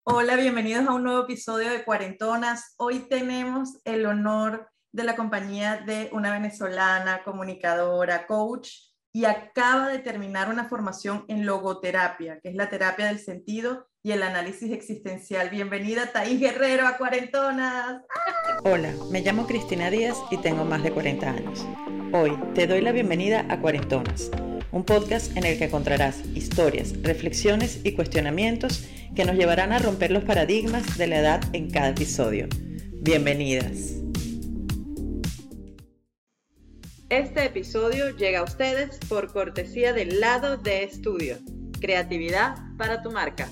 Hola, bienvenidos a un nuevo episodio de Cuarentonas. Hoy tenemos el honor de la compañía de una venezolana, comunicadora, coach, y acaba de terminar una formación en logoterapia, que es la terapia del sentido y el análisis existencial. Bienvenida, Thaís Guerrero, a Cuarentonas. Hola, me llamo Cristina Díaz y tengo más de 40 años. Hoy te doy la bienvenida a Cuarentonas, un podcast en el que encontrarás historias, reflexiones y cuestionamientos que nos llevarán a romper los paradigmas de la edad en cada episodio. Bienvenidas. Este episodio llega a ustedes por cortesía del Lado de Estudio. Creatividad para tu marca.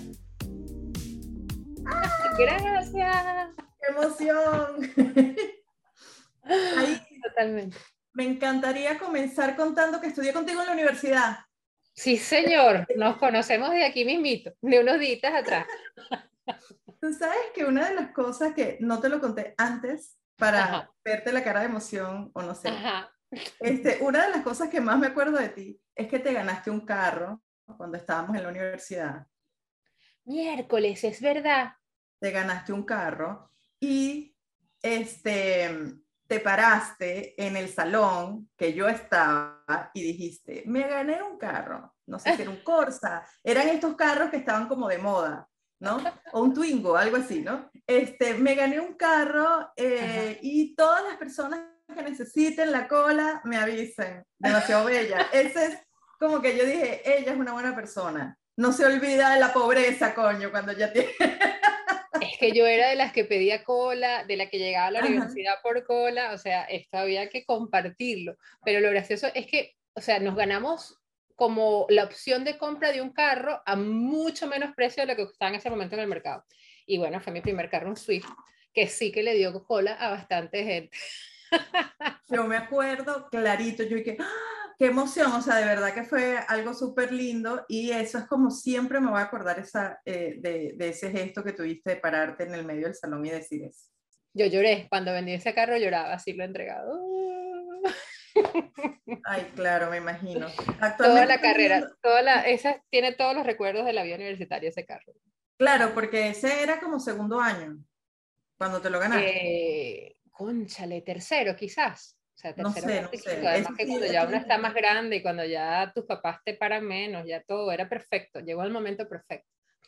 Gracias. ¡Qué emoción! Ahí, Totalmente. me encantaría comenzar contando que estudié contigo en la universidad. Sí, señor, nos conocemos de aquí mismito, de unos días atrás. Tú sabes que una de las cosas que no te lo conté antes para Ajá, verte la cara de emoción o no sé, ajá. una de las cosas que más me acuerdo de ti es que te ganaste un carro cuando estábamos en la universidad. Miércoles, es verdad. Te ganaste un carro y este, te paraste en el salón que yo estaba y dijiste, me gané un carro. No sé si era un Corsa, eran estos carros que estaban como de moda, ¿no? O un Twingo, algo así, ¿no? Me gané un carro y todas las personas que necesiten la cola me avisen. Demasiado bella. Ese es como que yo dije, ella es una buena persona. No se olvida de la pobreza, coño, cuando ya tiene... Es que yo era de las que pedía cola, de la que llegaba a la Ajá. universidad por cola, o sea, esto había que compartirlo. Pero lo gracioso es que, o sea, nos ganamos como la opción de compra de un carro a mucho menos precio de lo que costaba en ese momento en el mercado. Y bueno, fue mi primer carro, un Swift, que sí que le dio cola a bastante gente. Yo me acuerdo clarito, yo dije, ¡ah! ¡Qué emoción! O sea, de verdad que fue algo súper lindo y eso es como siempre me voy a acordar de ese gesto que tuviste de pararte en el medio del salón y decir eso. Yo lloré, cuando vendí ese carro lloraba, así lo he entregado. Ay, claro, me imagino. Toda Actualmente la estás carrera, viviendo, esa tiene todos los recuerdos de la vida universitaria, ese carro. claro, porque ese era como segundo año, cuando te lo ganaste. Cónchale, tercero quizás. O sea, No tercero sé, más no chiquito. sé. Además Eso que sí, cuando ya esto uno está sí. más grande y cuando ya tus papás te paran menos, ya todo era perfecto. Llegó el momento perfecto.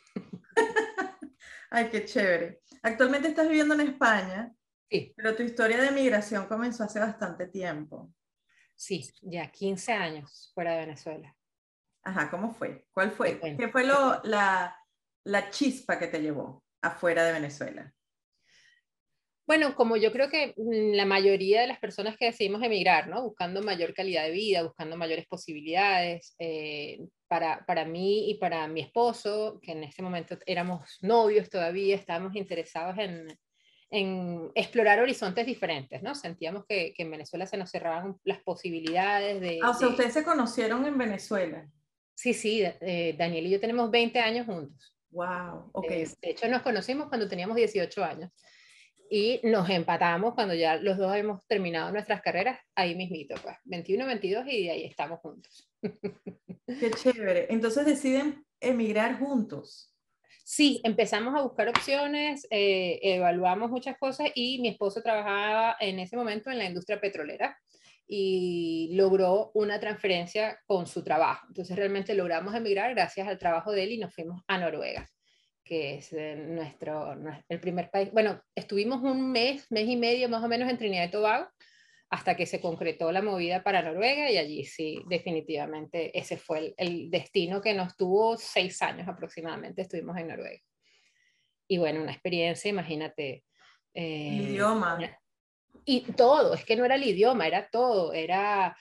Ay, qué chévere. Actualmente estás viviendo en España, Sí, pero tu historia de migración comenzó hace bastante tiempo. sí, ya 15 años fuera de Venezuela. Ajá, ¿cómo fue? ¿Cuál Te fue? cuento, ¿Qué fue te cuento. la chispa que te llevó afuera de Venezuela? Bueno, como yo creo que la mayoría de las personas que decidimos emigrar, ¿no? Buscando mayor calidad de vida, buscando mayores posibilidades, para mí y para mi esposo, que en ese momento éramos novios todavía, estábamos interesados en explorar horizontes diferentes, ¿no? Sentíamos que en Venezuela se nos cerraban las posibilidades Ah, o sea, ustedes se conocieron en Venezuela. Sí, sí, Daniel y yo tenemos 20 años juntos. Wow, ok. De hecho, nos conocimos cuando teníamos 18 años y nos empatamos cuando ya los dos hemos terminado nuestras carreras, ahí mismito, pues, 21, 22 y de ahí estamos juntos. Qué chévere. Entonces deciden emigrar juntos. Sí, empezamos a buscar opciones, evaluamos muchas cosas y mi esposo trabajaba en ese momento en la industria petrolera y logró una transferencia con su trabajo. Entonces realmente logramos emigrar gracias al trabajo de él y nos fuimos a Noruega, que es el primer país. Bueno, estuvimos un mes, mes y medio más o menos en Trinidad y Tobago hasta que se concretó la movida para Noruega y allí sí, definitivamente ese fue el destino que nos tuvo 6 años aproximadamente, estuvimos en Noruega. Y bueno, una experiencia, imagínate. El eh, idioma. y todo, es que no era el idioma, era todo, era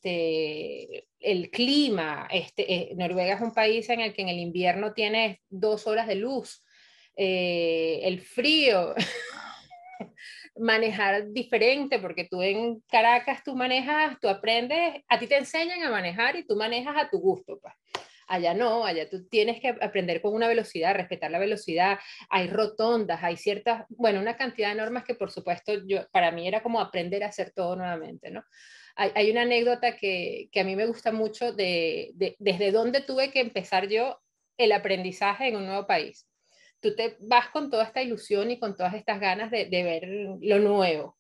el clima. Noruega es un país en el que en el invierno tienes 2 horas de luz, el frío, manejar diferente, porque tú en Caracas tú manejas, tú aprendes, a ti te enseñan a manejar y tú manejas a tu gusto, pues. Allá no, allá tú tienes que aprender con una velocidad, respetar la velocidad, hay rotondas, hay ciertas, bueno, una cantidad de normas que por supuesto para mí era como aprender a hacer todo nuevamente, ¿no? Hay una anécdota que a mí me gusta mucho desde dónde tuve que empezar yo el aprendizaje en un nuevo país. tú te vas con toda esta ilusión y con todas estas ganas de ver lo nuevo.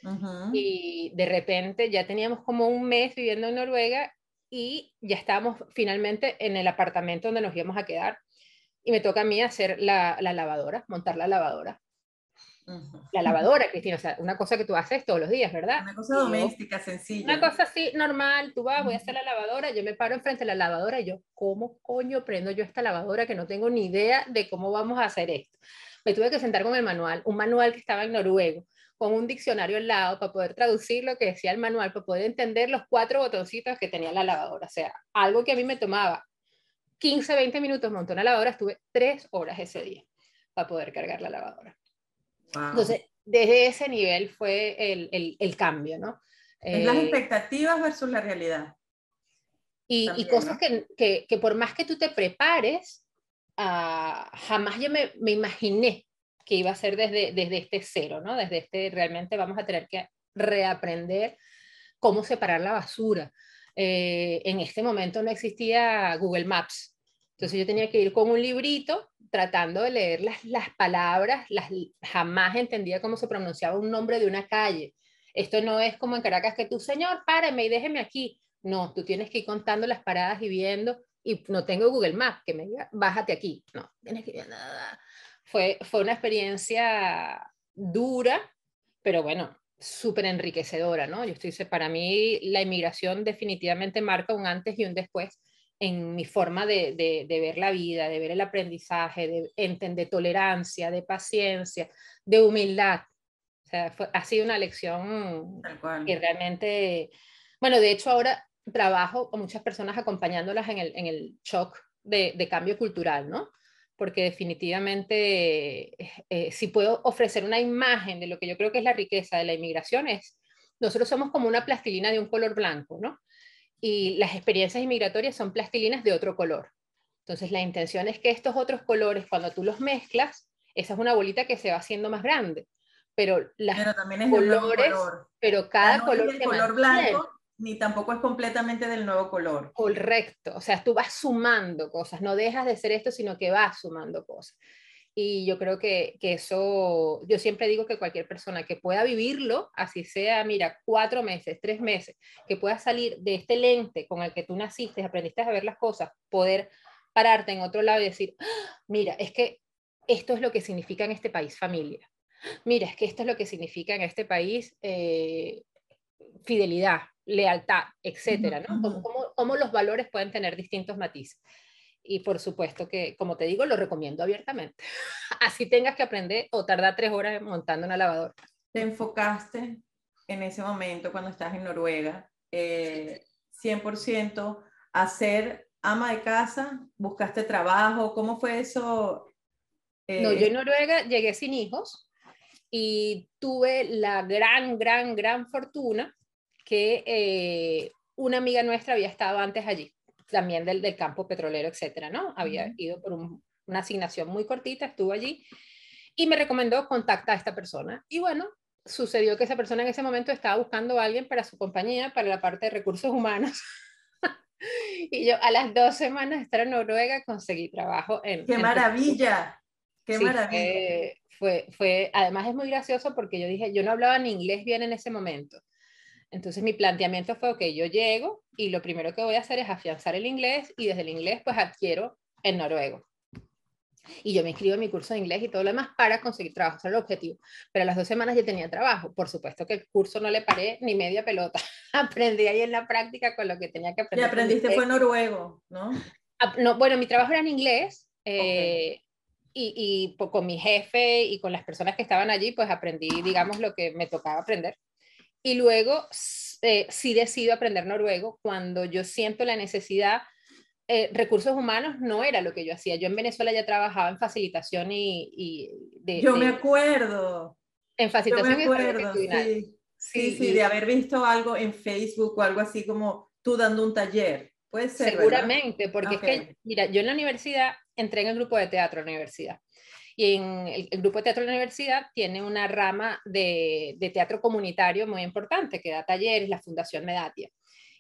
Y de repente ya teníamos como un mes viviendo en Noruega y ya estábamos finalmente en el apartamento donde nos íbamos a quedar. Y me toca a mí hacer la lavadora, montar la lavadora. La lavadora, Cristina, o sea, una cosa que tú haces todos los días, ¿verdad? Una cosa Y yo, doméstica, una sencilla. cosa así, normal, tú vas, voy a hacer la lavadora, yo me paro enfrente de la lavadora y yo, ¿cómo coño prendo yo esta lavadora que no tengo ni idea de cómo vamos a hacer esto? Me tuve que sentar con el manual, un manual que estaba en noruego, con un diccionario al lado para poder traducir lo que decía el manual, para poder entender los 4 botoncitos que tenía la lavadora. O sea, algo que a mí me tomaba 15, 20 minutos montar una lavadora, estuve 3 horas ese día para poder cargar la lavadora. Wow. Entonces, desde ese nivel fue el cambio, ¿no? Es las expectativas versus la realidad. Y También, cosas ¿no? que por más que tú te prepares, jamás yo me imaginé que iba a ser desde este cero, ¿no? Desde este, realmente vamos a tener que reaprender cómo separar la basura. En este momento no existía Google Maps, entonces yo tenía que ir con un librito tratando de leer las palabras, jamás entendía cómo se pronunciaba un nombre de una calle. Esto no es como en Caracas que tú, señor, páreme y déjeme aquí. No, tú tienes que ir contando las paradas y viendo, y no tengo Google Maps, que me diga, bájate aquí. No, tienes que ir. Fue una experiencia dura, pero bueno, súper enriquecedora, ¿no? Yo estoy, para mí la inmigración definitivamente marca un antes y un después en mi forma de ver la vida, de ver el aprendizaje, de entender tolerancia, de paciencia, de humildad. O sea, ha sido una lección Tal cual. que realmente, bueno, de hecho ahora trabajo con muchas personas acompañándolas en el shock de cambio cultural, ¿no? Porque definitivamente, si puedo ofrecer una imagen de lo que yo creo que es la riqueza de la inmigración, es, nosotros somos como una plastilina de un color blanco, ¿no? Y las experiencias inmigratorias son plastilinas de otro color. Entonces, la intención es que estos otros colores, cuando tú los mezclas, esa es una bolita que se va haciendo más grande, pero los Pero también es el nuevo colores, color. pero O sea, cada no es color del se color mantiene. blanco, ni tampoco es completamente del nuevo color. Correcto, o sea, tú vas sumando cosas, no dejas de ser esto, sino que vas sumando cosas. Y yo creo que eso, yo siempre digo que cualquier persona que pueda vivirlo, así sea, mira, 4 meses, 3 meses, que pueda salir de este lente con el que tú naciste, aprendiste a ver las cosas, poder pararte en otro lado y decir, "Ah, mira, es que esto es lo que significa en este país familia. Mira, es que esto es lo que significa en este país fidelidad, lealtad, etcétera, ¿no? Cómo los valores pueden tener distintos matices. Y por supuesto que, como te digo, lo recomiendo abiertamente. Así tengas que aprender o tardar 3 horas montando una lavadora. ¿Te enfocaste en ese momento cuando estás en Noruega 100% a ser ama de casa? ¿Buscaste trabajo? ¿Cómo fue eso? No, yo en Noruega llegué sin hijos y tuve la gran fortuna que una amiga nuestra había estado antes allí, también del campo petrolero, etcétera, ¿no? Había ido por una asignación muy cortita, estuvo allí y me recomendó contacta a esta persona. Y bueno, sucedió que esa persona en ese momento estaba buscando a alguien para su compañía, para la parte de recursos humanos. Y yo a las 2 semanas de estar en Noruega conseguí trabajo ¡Qué en recursos. maravilla! ¡Qué Sí, maravilla! además es muy gracioso porque yo dije, yo no hablaba ni inglés bien en ese momento. Entonces mi planteamiento fue, ok, yo llego y lo primero que voy a hacer es afianzar el inglés y desde el inglés pues adquiero el noruego. Y yo me inscribo en mi curso de inglés y todo lo demás para conseguir trabajo, ese era el objetivo. Pero a las 2 semanas ya tenía trabajo. Por supuesto que el curso no le paré ni media pelota. Aprendí ahí en la práctica con lo que tenía que Y aprender con mi aprendiste fue jefe. noruego, ¿no? No, bueno, mi trabajo era en inglés Ok. con mi jefe y con las personas que estaban allí, pues aprendí, digamos, lo que me tocaba aprender. Y luego sí decido aprender noruego cuando yo siento la necesidad. Recursos humanos no era lo que yo hacía. Yo en Venezuela ya trabajaba en facilitación Yo me acuerdo, en yo me facilitación y desarrollo acuerdo, actitudinal. sí, sí, Sí, sí, de haber visto algo en Facebook o algo así como tú dando un taller. Puede ser, ¿verdad? seguramente, porque es Ok. que, mira, yo en la universidad entré en el grupo de teatro de la universidad. Y en el grupo de teatro de la universidad tiene una rama de teatro comunitario muy importante que da talleres, la Fundación Medatia.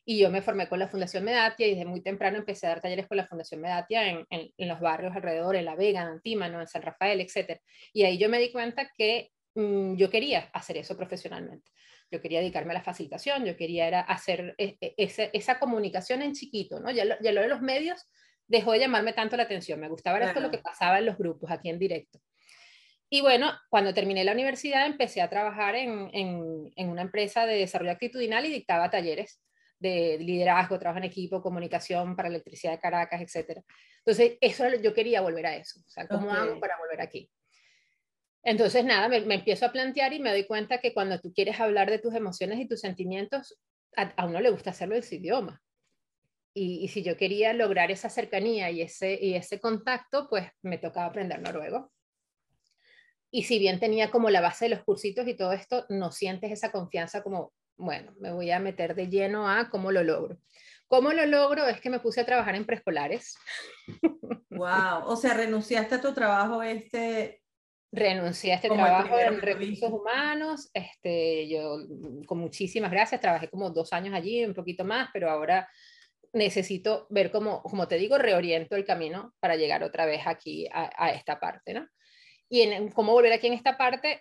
Y yo me formé con la Fundación Medatia y desde muy temprano empecé a dar talleres con la Fundación Medatia en los barrios alrededor, en La Vega, en Antímano, en San Rafael, etc. Y ahí yo me di cuenta que yo quería hacer eso profesionalmente. Yo quería dedicarme a la facilitación, yo quería era hacer esa comunicación en chiquito, ¿no? Ya lo de los medios dejó de llamarme tanto la atención, me gustaba esto lo que pasaba en los grupos, aquí en directo. Y bueno, cuando terminé la universidad empecé a trabajar en una empresa de desarrollo actitudinal y dictaba talleres de liderazgo, trabajo en equipo, comunicación para electricidad de Caracas, etc. Entonces, yo quería volver a eso. O sea, ¿cómo hago para volver aquí? Entonces, nada, me empiezo a plantear y me doy cuenta que cuando tú quieres hablar de tus emociones y tus sentimientos, a uno le gusta hacerlo en su idioma. Y si yo quería lograr esa cercanía y ese contacto, pues me tocaba aprender noruego. Y si bien tenía como la base de los cursitos y todo esto, no sientes esa confianza como, bueno, me voy a meter de lleno a cómo lo logro. ¿Cómo lo logro? Es que me puse a trabajar en preescolares. Wow, o sea, renunciaste a tu trabajo Renuncié a este como el trabajo primero en que recursos tuviste. humanos. Yo, con muchísimas gracias, trabajé como 2 años allí, un poquito más, pero ahora necesito ver como te digo, reoriento el camino para llegar otra vez aquí a esta parte, ¿no? Y en cómo volver aquí en esta parte,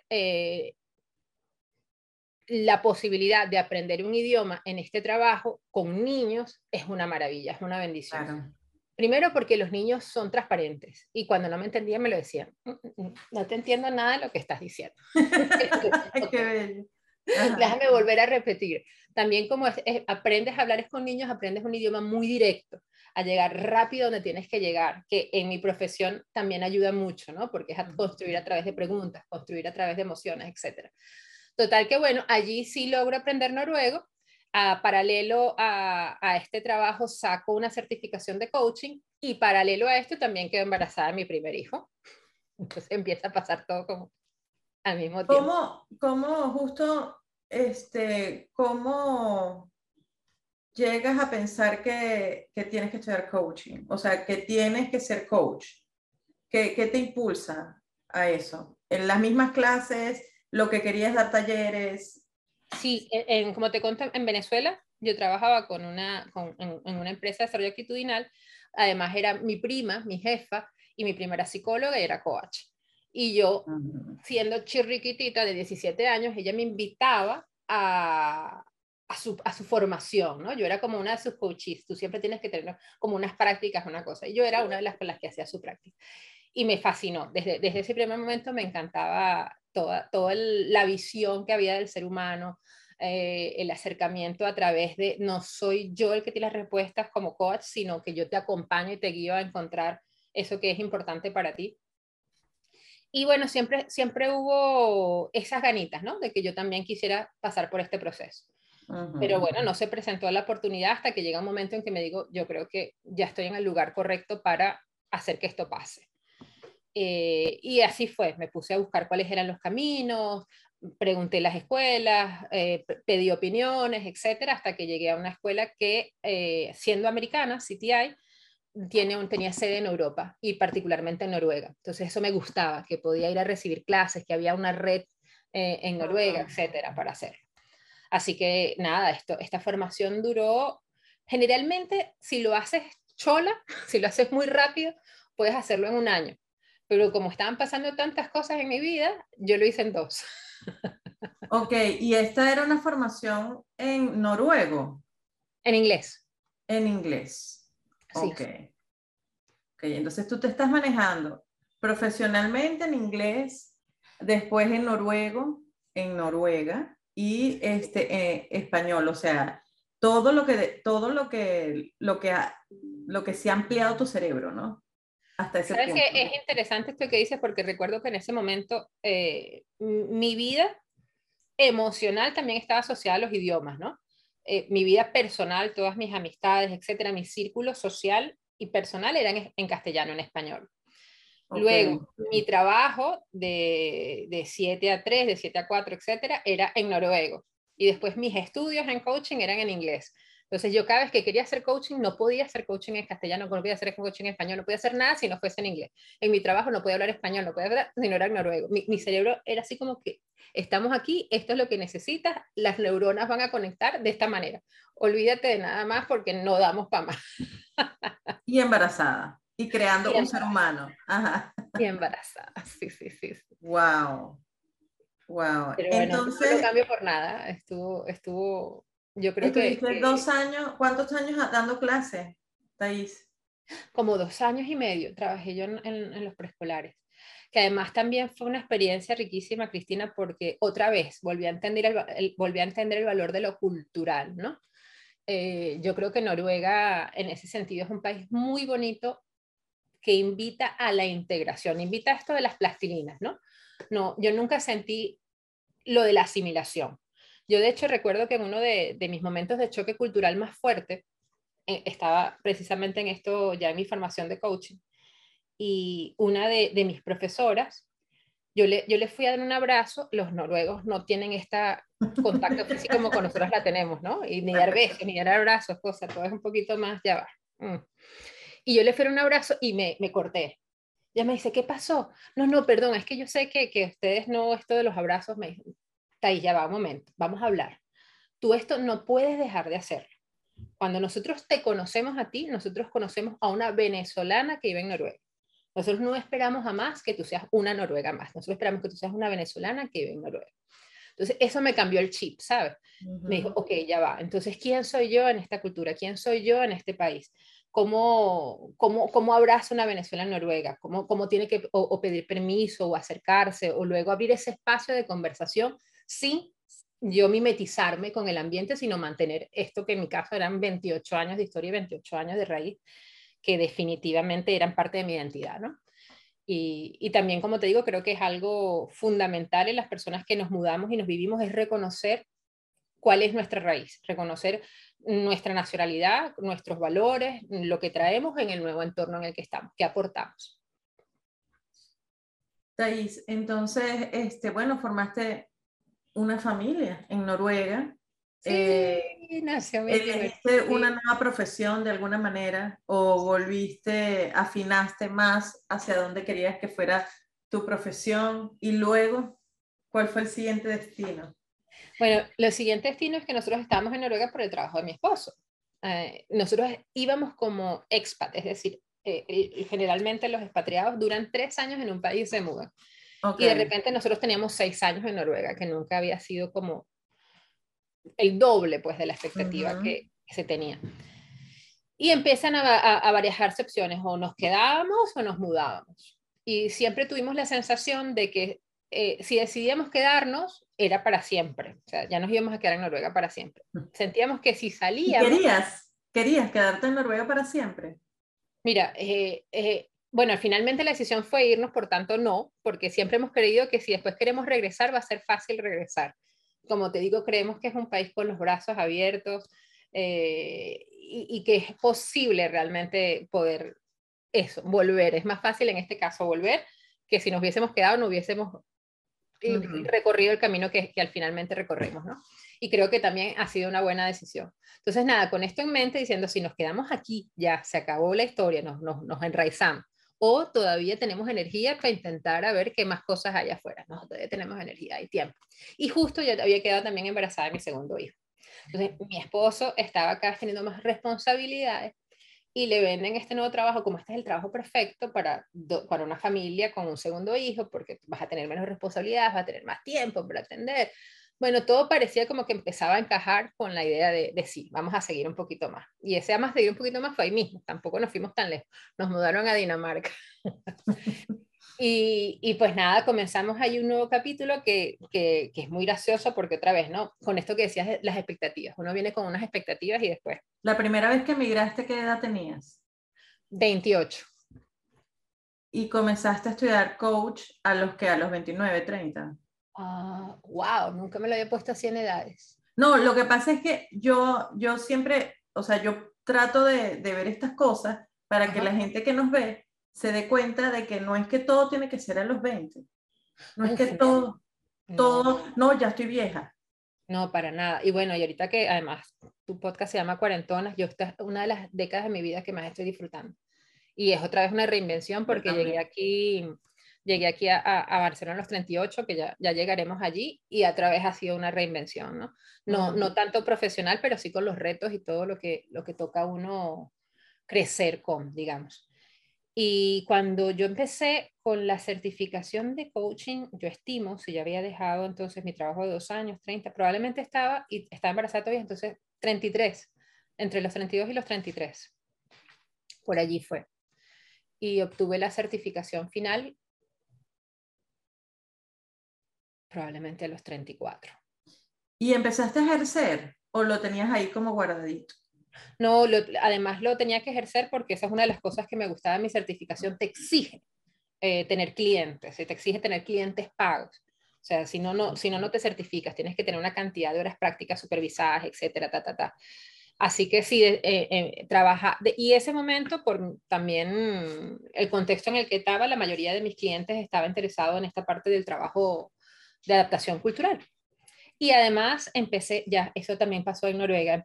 la posibilidad de aprender un idioma en este trabajo con niños es una maravilla, es una bendición. Claro. Primero porque los niños son transparentes y cuando no me entendían me lo decían, no te entiendo nada de lo que estás diciendo. Qué bello. Déjame volver a repetir. También como aprendes a hablar con niños, aprendes un idioma muy directo, a llegar rápido donde tienes que llegar, que en mi profesión también ayuda mucho, ¿no? Porque es a construir a través de preguntas, construir a través de emociones, etc. Total que bueno, allí sí logro aprender noruego. Paralelo a este trabajo saco una certificación de coaching y paralelo a esto también quedo embarazada de mi primer hijo. Entonces empieza a pasar todo como al mismo tiempo. ¿Cómo justo, cómo llegas a pensar que tienes que estudiar coaching? O sea, que tienes que ser coach. ¿Qué te impulsa a eso? ¿En las mismas clases, lo que querías dar talleres? Sí, como te conté, en Venezuela yo trabajaba en una empresa de desarrollo actitudinal. Además era mi prima, mi jefa, y mi primera psicóloga y era coach. Y yo, siendo chirriquitita de 17 años, ella me invitaba a su formación, ¿no? Yo era como una de sus coaches, tú siempre tienes que tener como unas prácticas, una cosa, y yo era una de las con las que hacía su práctica. Y me fascinó, desde ese primer momento me encantaba toda la visión que había del ser humano, el acercamiento a través de, no soy yo el que tiene las respuestas como coach, sino que yo te acompaño y te guío a encontrar eso que es importante para ti. Y bueno, siempre hubo esas ganitas, ¿no? De que yo también quisiera pasar por este proceso. Pero bueno, no se presentó la oportunidad hasta que llega un momento en que me digo, yo creo que ya estoy en el lugar correcto para hacer que esto pase. Y así fue, me puse a buscar cuáles eran los caminos, pregunté en las escuelas, pedí opiniones, etcétera, hasta que llegué a una escuela que, siendo americana, CTI, tenía sede en Europa y particularmente en Noruega. Entonces eso me gustaba, que podía ir a recibir clases, que había una red en Noruega, etcétera, para hacerlo. Así que nada, esta formación duró, generalmente si lo haces chola, si lo haces muy rápido, puedes hacerlo en un año. Pero como estaban pasando tantas cosas en mi vida, yo lo hice en 2. Ok, y esta era una formación en noruego, En inglés, en inglés. sí. Ok. Ok, entonces tú te estás manejando profesionalmente en inglés, después en noruego, en Noruega y español, o sea, lo que se ha ampliado tu cerebro, ¿no? Hasta ese Sabes que punto. es interesante esto que dices porque recuerdo que en ese momento mi vida emocional también estaba asociada a los idiomas, ¿no? Mi vida personal, todas mis amistades, etcétera, mi círculo social y personal eran en castellano, en español. Ok. Luego, mi trabajo de 7 a 3, de 7 a 4, etcétera, era en noruego. Y después mis estudios en coaching eran en inglés. Entonces yo cada vez que quería hacer coaching, no podía hacer coaching en castellano, no podía hacer coaching en español, no podía hacer nada si no fuese en inglés. En mi trabajo no podía hablar español, no podía hablar si no era en noruego. Mi cerebro era así como que, estamos aquí, esto es lo que necesitas, las neuronas van a conectar de esta manera. Olvídate de nada más porque no damos para más. Y embarazada. Y creando Y un ser humano. Ajá. Y embarazada, sí, sí, sí, sí. Wow. Wow. Pero bueno, no lo Entonces, cambio por nada. Yo creo estuviste que 2 años, ¿cuántos años dando clases, Thais? como 2 años y medio trabajé yo en los preescolares, que además también fue una experiencia riquísima, Cristina, porque otra vez volví a entender el valor de lo cultural, ¿no? Yo creo que Noruega en ese sentido es un país muy bonito que invita a la integración, invita a esto de las plastilinas, ¿no? No, yo nunca sentí lo de la asimilación. Yo de hecho recuerdo que en uno de mis momentos de choque cultural más fuerte, estaba precisamente en esto ya en mi formación de coaching, y una de mis profesoras, yo le fui a dar un abrazo, los noruegos no tienen este contacto físico como con nosotros la tenemos, ¿no? Y ni dar besos, ni dar abrazos, cosas, todo es un poquito más, ya va. Y yo le fui a dar un abrazo y me corté. Ya me dice, ¿qué pasó? No, no, perdón, es que yo sé que ustedes no, esto de los abrazos, me dijo, ahí ya va, un momento, vamos a hablar. Tú esto no puedes dejar de hacerlo. Cuando nosotros te conocemos a ti, nosotros conocemos a una venezolana que vive en Noruega. Nosotros no esperamos jamás que tú seas una noruega más. Nosotros esperamos que tú seas una venezolana que vive en Noruega. Entonces, eso me cambió el chip, ¿sabes? Me dijo, ok, ya va. Entonces, ¿quién soy yo en esta cultura? ¿Quién soy yo en este país? ¿Cómo abraza una Venezuela en Noruega? ¿Cómo tiene que o pedir permiso o acercarse o luego abrir ese espacio de conversación sin yo mimetizarme con el ambiente, sino mantener esto que en mi caso eran 28 años de historia y 28 años de raíz, que definitivamente eran parte de mi identidad, ¿no? Y también, como te digo, creo que es algo fundamental en las personas que nos mudamos y nos vivimos, es reconocer cuál es nuestra raíz, reconocer nuestra nacionalidad, nuestros valores, lo que traemos en el nuevo entorno en el que estamos, qué aportamos. Thais, entonces, bueno, formaste una familia en Noruega. Sí, nació mi primer ¿Elegiste una hijo. nueva profesión de alguna manera o afinaste más hacia dónde querías que fuera tu profesión? Y luego, ¿cuál fue el siguiente destino? Bueno, lo siguiente destino es que nosotros estábamos en Noruega por el trabajo de mi esposo. Nosotros íbamos como expat, es decir, generalmente los expatriados duran 3 años en un país y se mudan. Ok. Y de repente nosotros teníamos 6 años en Noruega, que nunca había sido como el doble pues de la expectativa Ujú. que se tenía. Y empiezan a barajarse opciones, o nos quedábamos o nos mudábamos. Y siempre tuvimos la sensación de que si decidíamos quedarnos, era para siempre. O sea, ya nos íbamos a quedar en Noruega para siempre. Sentíamos que si ¿Y salíamos, querías quedarte en Noruega para siempre? mira, bueno, finalmente la decisión fue irnos, por tanto no, porque siempre hemos creído que si después queremos regresar, va a ser fácil regresar. Como te digo, creemos que es un país con los brazos abiertos, y que es posible realmente poder eso, volver. Es más fácil en este caso volver que si nos hubiésemos quedado, no hubiésemos Ujú. recorrido el camino que al finalmente recorremos, ¿no? Y creo que también ha sido una buena decisión. Entonces, nada, con esto en mente, diciendo, si nos quedamos aquí, ya se acabó la historia, nos enraizamos, o todavía tenemos energía para intentar a ver qué más cosas hay afuera, ¿no? Todavía tenemos energía y tiempo. Y justo yo había quedado también embarazada de mi segundo hijo. Entonces, mi esposo estaba acá teniendo más responsabilidades y le venden este nuevo trabajo como este es el trabajo perfecto para una familia con un segundo hijo, porque vas a tener menos responsabilidades, vas a tener más tiempo para atender. Bueno, todo parecía como que empezaba a encajar con la idea de sí, vamos a seguir un poquito más. Y ese vamos a seguir un poquito más fue ahí mismo, tampoco nos fuimos tan lejos, nos mudaron a Dinamarca. Y pues nada, comenzamos ahí un nuevo capítulo que es muy gracioso porque otra vez, ¿no? Con esto que decías de las expectativas, uno viene con unas expectativas y después, La primera vez que emigraste, ¿qué edad tenías? 28. Y comenzaste a estudiar coach a los 29, 30. Wow, nunca me lo había puesto así en edades. No, lo que pasa es que yo siempre, o sea, yo trato de ver estas cosas para que Ajá. la gente que nos ve se dé cuenta de que no es que todo tiene que ser a los 20. No es que Uf, no, no, no, ya estoy vieja. No, para nada. Y bueno, y ahorita que además tu podcast se llama Cuarentonas, yo esta es una de las décadas de mi vida que más estoy disfrutando. Y es otra vez una reinvención Yo porque también. llegué aquí a Barcelona a los 38, que ya llegaremos allí, y otra vez ha sido una reinvención, ¿no? No, Ujú. no tanto profesional, pero sí con los retos y todo lo que toca a uno crecer con, digamos. Y cuando yo empecé con la certificación de coaching, yo estimo, si ya había dejado entonces mi trabajo de 2 años, 30, probablemente estaba embarazada todavía, entonces 33, entre los 32 y los 33, por allí fue. Y obtuve la certificación final probablemente a los 34. ¿Y empezaste a ejercer o lo tenías ahí como guardadito? No, además lo tenía que ejercer porque esa es una de las cosas que me gustaba de mi certificación, te exige tener clientes, te exige tener clientes pagos. O sea, si no, no te certificas, tienes que tener una cantidad de horas prácticas supervisadas, etcétera, ta, ta, ta. Así que sí, y ese momento, por también el contexto en el que estaba, la mayoría de mis clientes estaba interesado en esta parte del trabajo de adaptación cultural. Y además empecé, ya, eso también pasó en Noruega,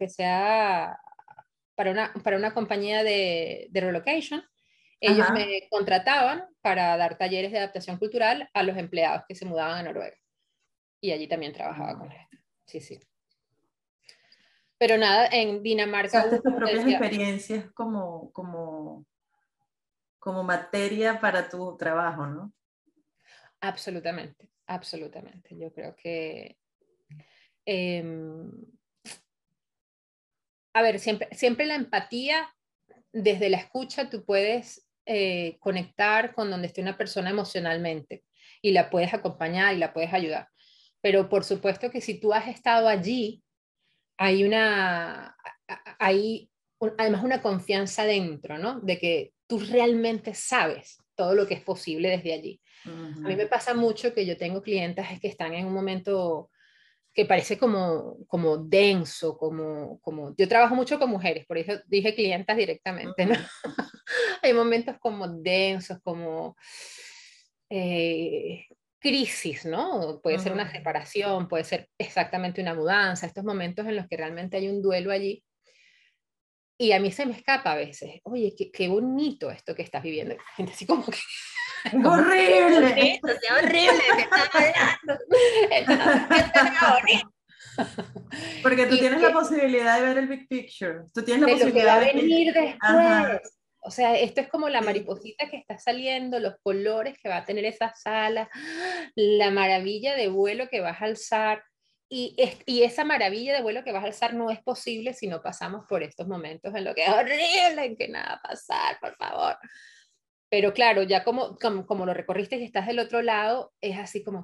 para una compañía de relocation, ellos Ajá. me contrataban para dar talleres de adaptación cultural a los empleados que se mudaban a Noruega. Y allí también trabajaba con esto. Sí, sí. Pero nada, en Dinamarca Usaste hubo, tus como te propias decía, experiencias como materia para tu trabajo, ¿no? absolutamente, absolutamente. Yo creo que, eh, a ver, siempre la empatía, desde la escucha, tú puedes conectar con donde esté una persona emocionalmente y la puedes acompañar y la puedes ayudar. Pero por supuesto que si tú has estado allí, hay además una confianza dentro, ¿no? De que tú realmente sabes todo lo que es posible desde allí. A mí Ujú, me pasa mucho que yo tengo clientes que están en un momento que parece como denso, yo trabajo mucho con mujeres, por eso dije clientas directamente, ¿no? ujú, Hay momentos como densos, como eh, crisis, ¿no? Puede ser una ujú. separación, puede ser exactamente una mudanza, estos momentos en los que realmente hay un duelo allí. Y a mí se me escapa a veces, oye, qué bonito esto que estás viviendo. Y la gente así como que, Es como que qué horrible. bonito, qué horrible, ¿de qué estás hablando? Esto no se siente nada bonito. Porque tú Y tienes la posibilidad de ver el big picture. Tú tienes la de lo que va posibilidad a de que... venir después. Ajá, O sea, esto es como la sí. mariposita que está saliendo, los colores que va a tener esa sala, la maravilla de vuelo que vas a alzar. Y esa maravilla de vuelo que vas a alzar no es posible si no pasamos por estos momentos en lo que es horrible, en que nada va a pasar, por favor. Pero claro, ya como lo recorriste y estás del otro lado, es así como,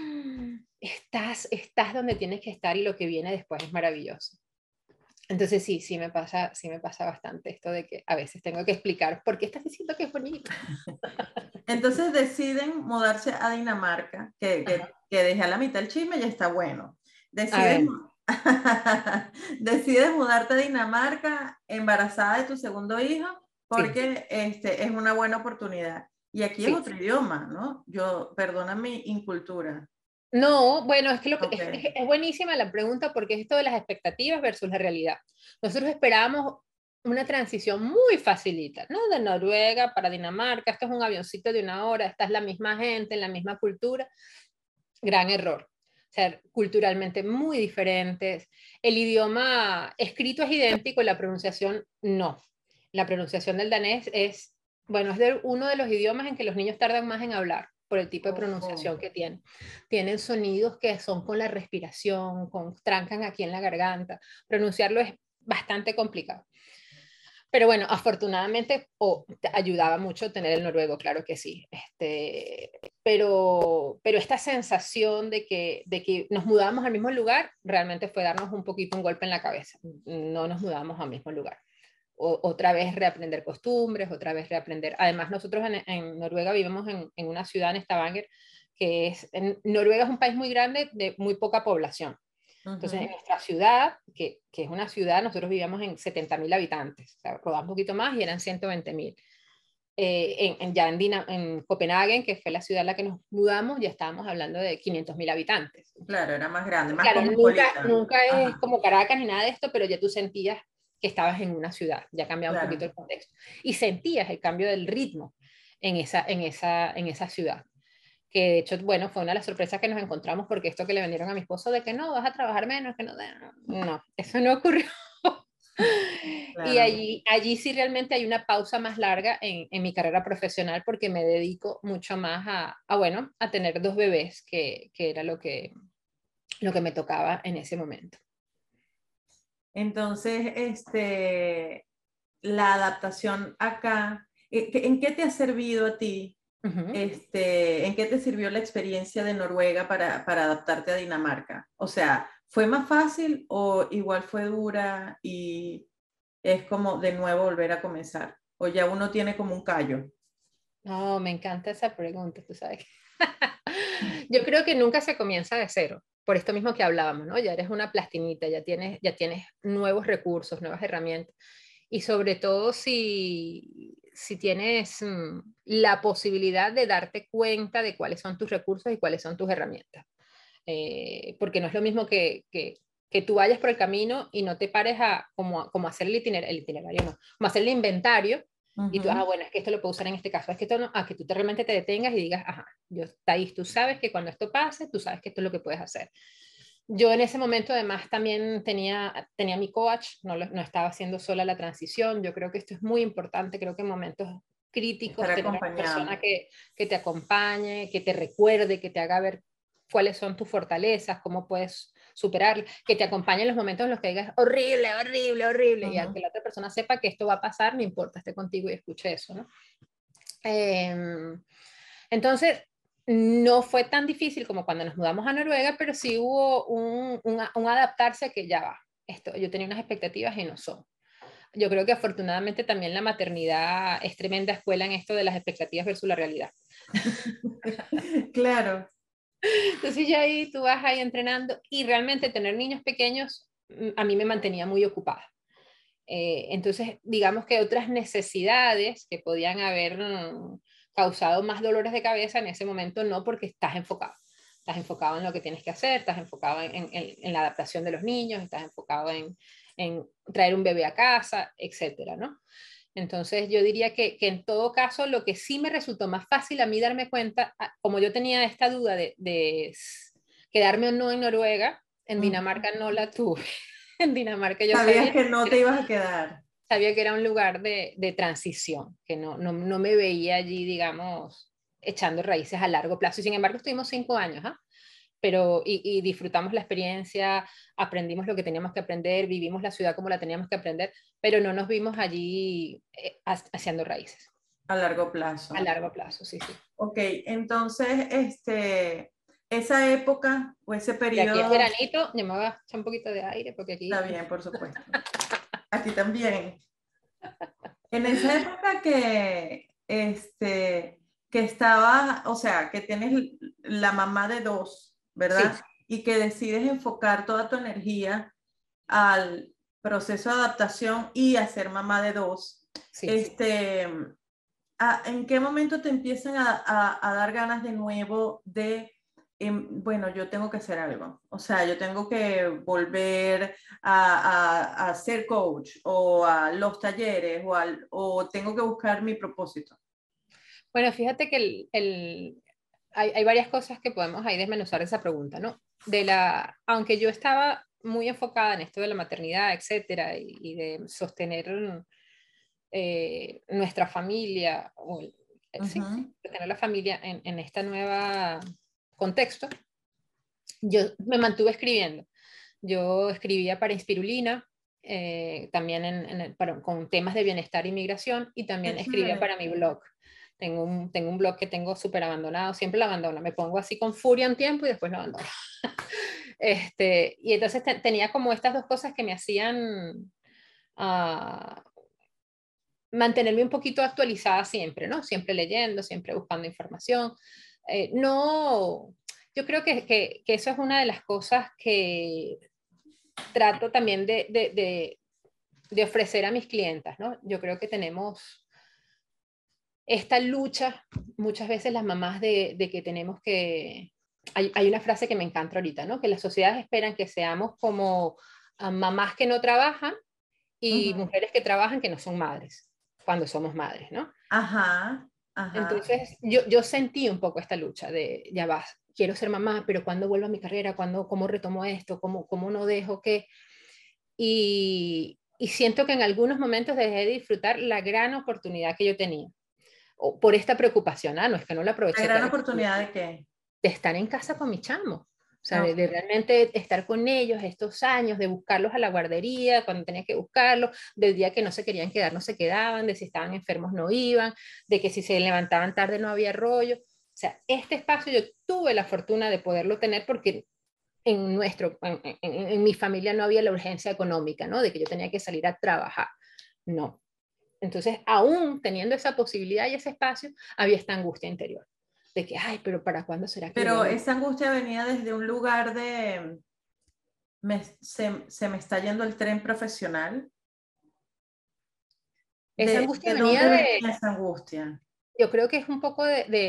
estás donde tienes que estar y lo que viene después es maravilloso. Entonces sí me pasa bastante esto de que a veces tengo que explicar por qué estás diciendo que es bonito. Entonces deciden mudarse a Dinamarca, Ajá. que dejé a la mitad el chisme, ya está bueno. A Decides, ver, decides mudarte a Dinamarca embarazada de tu segundo hijo sí, porque es una buena oportunidad. Y aquí es sí. otro idioma, ¿no? Perdona mi incultura. No, bueno, es que, Ok. es buenísima la pregunta porque es esto de las expectativas versus la realidad. Nosotros esperábamos una transición muy facilita, ¿no? De Noruega para Dinamarca, esto es un avioncito de 1 hora, esta es la misma gente, la misma cultura. Gran error. O sea, culturalmente muy diferentes. El idioma escrito es idéntico, la pronunciación no. La pronunciación del danés es, bueno, uno de los idiomas en que los niños tardan más en hablar por el tipo de Oh. pronunciación que tienen. Tienen sonidos que son con la respiración, trancan aquí en la garganta. Pronunciarlo es bastante complicado. Pero bueno, afortunadamente te ayudaba mucho tener el noruego, claro que sí. Pero esta sensación de que nos mudábamos al mismo lugar realmente fue darnos un poquito un golpe en la cabeza. No nos mudamos al mismo lugar. Otra vez reaprender costumbres, otra vez reaprender. Además, nosotros en Noruega vivimos en una ciudad, en Stavanger, Noruega es un país muy grande de muy poca población. Entonces, en Ujú. nuestra ciudad, que es una ciudad, nosotros vivíamos en 70.000 habitantes, o sea, rodaba un poquito más y eran 120.000. ya en Copenhague, que fue la ciudad a la que nos mudamos, ya estábamos hablando de 500.000 habitantes. Claro, era más grande, más Claro, cosmopolita. nunca es Ajá, como Caracas ni nada de esto, pero ya tú sentías que estabas en una ciudad, ya cambiaba un poquito claro. el contexto. Y sentías el cambio del ritmo en esa ciudad. Que de hecho, bueno, fue una de las sorpresas que nos encontramos porque esto que le vendieron a mi esposo de que no, vas a trabajar menos, que no, no, eso no ocurrió. Y Claro. allí sí realmente hay una pausa más larga en mi carrera profesional porque me dedico mucho más bueno, a tener dos bebés, que era lo que me tocaba en ese momento. Entonces, la adaptación acá, ¿en qué te ha servido a ti? Ujú. ¿En qué te sirvió la experiencia de Noruega para adaptarte a Dinamarca? O sea, ¿fue más fácil o igual fue dura y es como de nuevo volver a comenzar? ¿O ya uno tiene como un callo? No, me encanta esa pregunta, tú sabes. Yo creo que nunca se comienza de cero, por esto mismo que hablábamos, ¿no? Ya eres una plastinita, ya tienes nuevos recursos, nuevas herramientas. Y sobre todo si tienes la posibilidad de darte cuenta de cuáles son tus recursos y cuáles son tus herramientas. Porque no es lo mismo que tú vayas por el camino y no te pares como hacer el itinerario, no, como hacer el inventario y tú, Ujú. bueno, es que esto lo puedo usar en este caso, es que esto no, que tú realmente te detengas y digas, ajá, Thais, tú sabes que cuando esto pase, tú sabes que esto es lo que puedes hacer. Yo en ese momento además también tenía mi coach, no estaba haciendo sola la transición, yo creo que esto es muy importante, creo que en momentos Estar críticos tener a una persona acompañado. que te acompañe, que te recuerde, que te haga ver cuáles son tus fortalezas, cómo puedes superar, que te acompañe en los momentos en los que digas horrible, horrible, horrible, y a Ujú. que la otra persona sepa que esto va a pasar, no importa, esté contigo y escuche eso, ¿no? Eh, entonces, no fue tan difícil como cuando nos mudamos a Noruega, pero sí hubo un adaptarse a que ya va. Yo tenía unas expectativas y no son. Yo creo que afortunadamente también la maternidad es tremenda escuela en esto de las expectativas versus la realidad. Claro. Entonces ya ahí tú vas ahí entrenando y realmente tener niños pequeños a mí me mantenía muy ocupada. Entonces, digamos que otras necesidades que podían haber causado más dolores de cabeza en ese momento no, porque estás enfocado. Estás enfocado en lo que tienes que hacer, estás enfocado en la adaptación de los niños, estás enfocado en traer un bebé a casa, etcétera, ¿no? Entonces, yo diría que en todo caso, lo que sí me resultó más fácil a mí darme cuenta, como yo tenía esta duda de quedarme o no en Noruega, en Ujú. Dinamarca no la tuve. En Dinamarca yo Sabías sabía que no te ibas a quedar. sabía que era un lugar de transición, que no me veía allí, digamos, echando raíces a largo plazo. Y sin embargo, estuvimos 5 años, ¿ah? Pero, y disfrutamos la experiencia, aprendimos lo que teníamos que aprender, vivimos la ciudad como la teníamos que aprender, pero no nos vimos allí haciendo raíces A largo a plazo. largo plazo, sí, sí. Ok, entonces, esa época o ese De aquí es periodo, veranito, yo me voy a echar un poquito de aire porque está aquí... bien, por supuesto. Aquí también. En esa época que estabas, o sea, que tienes la mamá de dos, Sí, ¿verdad? Y que decides enfocar toda tu energía al proceso de adaptación y a ser mamá de dos, sí. ¿en qué momento te empiezan a dar ganas de nuevo de, bueno, yo tengo que hacer algo? O sea, yo tengo que volver a ser coach o a los talleres o tengo que buscar mi propósito. Bueno, fíjate que hay varias cosas que podemos ahí desmenuzar esa pregunta, ¿no? Aunque yo estaba muy enfocada en esto de la maternidad, etcétera, y de sostener nuestra familia, sí, sí, Ujú. sostener la familia en esta nueva contexto, yo me mantuve escribiendo. Yo escribía para Inspirulina, también con temas de bienestar y migración, y Qué también escribía chévere. para mi blog. Tengo un blog que tengo súper abandonado, siempre lo abandono, me pongo así con furia un tiempo y después lo abandono. Y entonces tenía como estas dos cosas que me hacían ah, mantenerme un poquito actualizada siempre, ¿no? Siempre leyendo, siempre buscando información. No, yo creo que eso es una de las cosas que trato también de ofrecer a mis clientas, ¿no? Yo creo que tenemos esta lucha, muchas veces las mamás de que tenemos que... Hay una frase que me encanta ahorita, ¿no? Que las sociedades esperan que seamos como mamás que no trabajan y Ujú. mujeres que trabajan que no son madres, cuando somos madres, ¿no? Ajá, ajá. Entonces, yo sentí un poco esta lucha de, ya vas, quiero ser mamá, pero ¿cuándo vuelvo a mi carrera? ¿Cómo retomo esto? ¿Cómo no dejo que...? Y siento que en algunos momentos dejé de disfrutar la gran oportunidad que yo tenía, o por esta preocupación, no es que no la La aproveché, gran claro, oportunidad de qué. de estar en casa con mi chamo. O sea, Ok. de realmente estar con ellos estos años, de buscarlos a la guardería cuando tenía que buscarlos, del día que no se querían quedar, no se quedaban, de si estaban enfermos no iban, de que si se levantaban tarde no había rollo. O sea, este espacio yo tuve la fortuna de poderlo tener porque en mi familia no había la urgencia económica, ¿no? De que yo tenía que salir a trabajar. No. Entonces, aún teniendo esa posibilidad y ese espacio, había esta angustia interior de que, ay, pero ¿para cuándo será que yo voy Pero a volver? esa angustia venía desde un lugar de, se me está yendo el tren profesional. Esa angustia De venía dónde de, venía esa angustia? yo creo que es un poco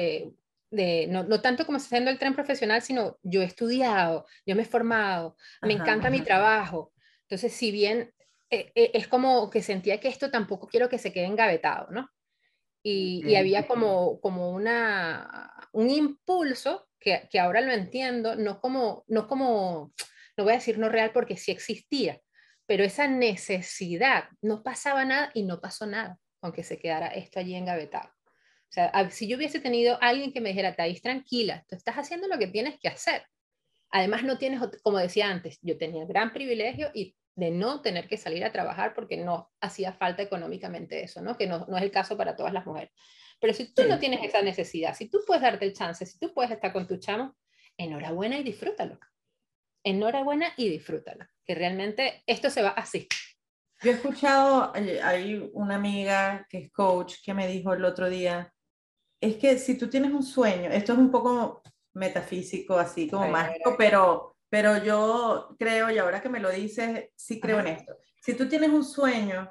no tanto como siendo el tren profesional, sino yo he estudiado, yo me he formado, me Ajá. encanta mi trabajo. Entonces, si bien es como que sentía que esto tampoco quiero que se quede engavetado, ¿no? Y Ok. había como un impulso que ahora lo entiendo, no voy a decir no real porque sí existía, pero esa necesidad, no pasaba nada y no pasó nada, aunque se quedara esto allí engavetado. O sea, si yo hubiese tenido alguien que me dijera, Thais, tranquila, tú estás haciendo lo que tienes que hacer. Además, no tienes, como decía antes, yo tenía el gran privilegio y de no tener que salir a trabajar porque no hacía falta económicamente eso, ¿no? Que no es el caso para todas las mujeres. Pero si tú no Sí. tienes esa necesidad, si tú puedes darte el chance, si tú puedes estar con tu chamo, enhorabuena y disfrútalo. Enhorabuena y disfrútalo. Que realmente esto se va así. Yo he escuchado, hay una amiga que es coach que me dijo el otro día, es que si tú tienes un sueño, esto es un poco metafísico, así como A mágico, ver. pero yo creo, y ahora que me lo dices, sí creo en Ajá. esto. Si tú tienes un sueño,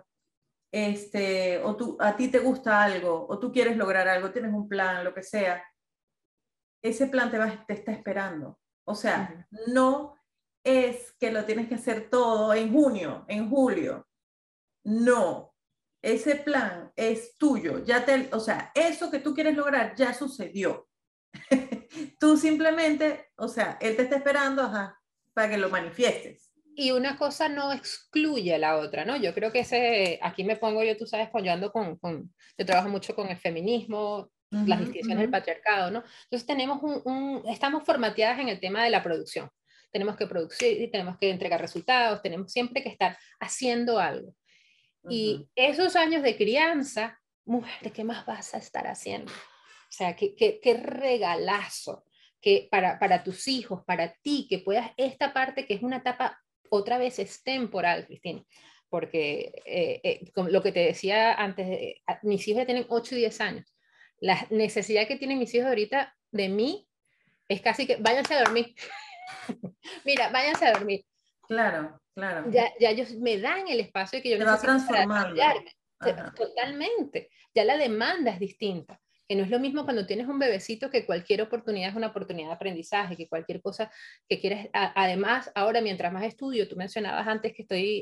o a ti te gusta algo, o tú quieres lograr algo, tienes un plan, lo que sea, ese plan te está esperando. O sea, Uh-huh. no es que lo tienes que hacer todo en junio, en julio. No, ese plan es tuyo. O sea, eso que tú quieres lograr ya sucedió. Tú simplemente, o sea, él te está esperando, ajá, para que lo manifiestes. Y una cosa no excluye a la otra, ¿no? Yo creo que aquí me pongo yo, tú sabes, cuando yo ando yo trabajo mucho con el feminismo, las Ujú, instituciones ujú. del patriarcado, ¿no? Entonces estamos formateadas en el tema de la producción. Tenemos que producir, tenemos que entregar resultados, tenemos siempre que estar haciendo algo. Ujú. Y esos años de crianza, mujer, ¿qué más vas a estar haciendo? O sea, qué regalazo que para tus hijos, para ti, que puedas esta parte que es una etapa, otra vez es temporal, Cristina, porque como lo que te decía antes, mis hijos ya tienen 8 y 10 años. La necesidad que tienen mis hijos ahorita de mí es casi que váyanse a dormir. Mira, váyanse a dormir. Claro, claro. Ya ellos me dan el espacio que yo Se va necesito para transformando. desarrollarme. Ajá. Totalmente. Ya la demanda es distinta. Que no es lo mismo cuando tienes un bebecito que cualquier oportunidad es una oportunidad de aprendizaje, que cualquier cosa que quieres. Además, ahora mientras más estudio, tú mencionabas antes que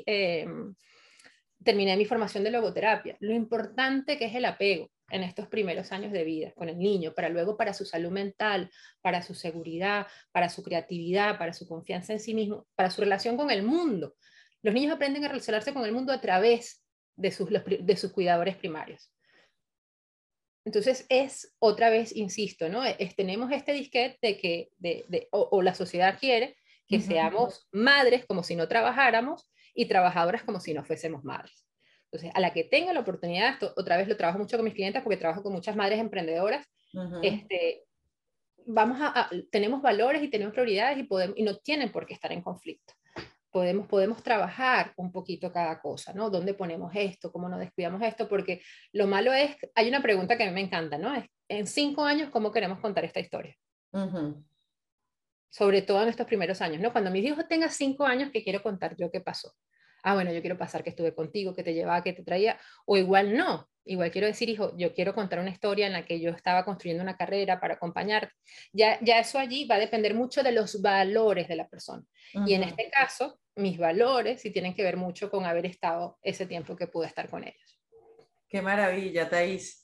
terminé mi formación de logoterapia. Lo importante que es el apego en estos primeros años de vida con el niño, para luego para su salud mental, para su seguridad, para su creatividad, para su confianza en sí mismo, para su relación con el mundo. Los niños aprenden a relacionarse con el mundo a través de sus cuidadores primarios. Entonces es otra vez, insisto, ¿no? Tenemos este disquete de que o la sociedad quiere que Ujú. seamos madres como si no trabajáramos y trabajadoras como si no fuésemos madres. Entonces, a la que tenga la oportunidad, esto otra vez lo trabajo mucho con mis clientes porque trabajo con muchas madres emprendedoras, Ujú. este, tenemos valores y tenemos prioridades y no tienen por qué estar en conflicto. Podemos trabajar un poquito cada cosa, ¿no? ¿Dónde ponemos esto? ¿Cómo nos descuidamos esto? Porque lo malo es, hay una pregunta que a mí me encanta, ¿no? Es, en 5 años, ¿cómo queremos contar esta historia? Ujú. Sobre todo en estos primeros años, ¿no? Cuando mis hijos tengan 5 años, ¿qué quiero contar yo qué pasó? Ah, bueno, yo quiero pasar que estuve contigo, que te llevaba, que te traía, o igual no. Igual quiero decir, hijo, yo quiero contar una historia en la que yo estaba construyendo una carrera para acompañarte. Ya eso allí va a depender mucho de los valores de la persona. Y en este caso, mis valores sí tienen que ver mucho con haber estado ese tiempo que pude estar con ellos. Qué maravilla, Thaís.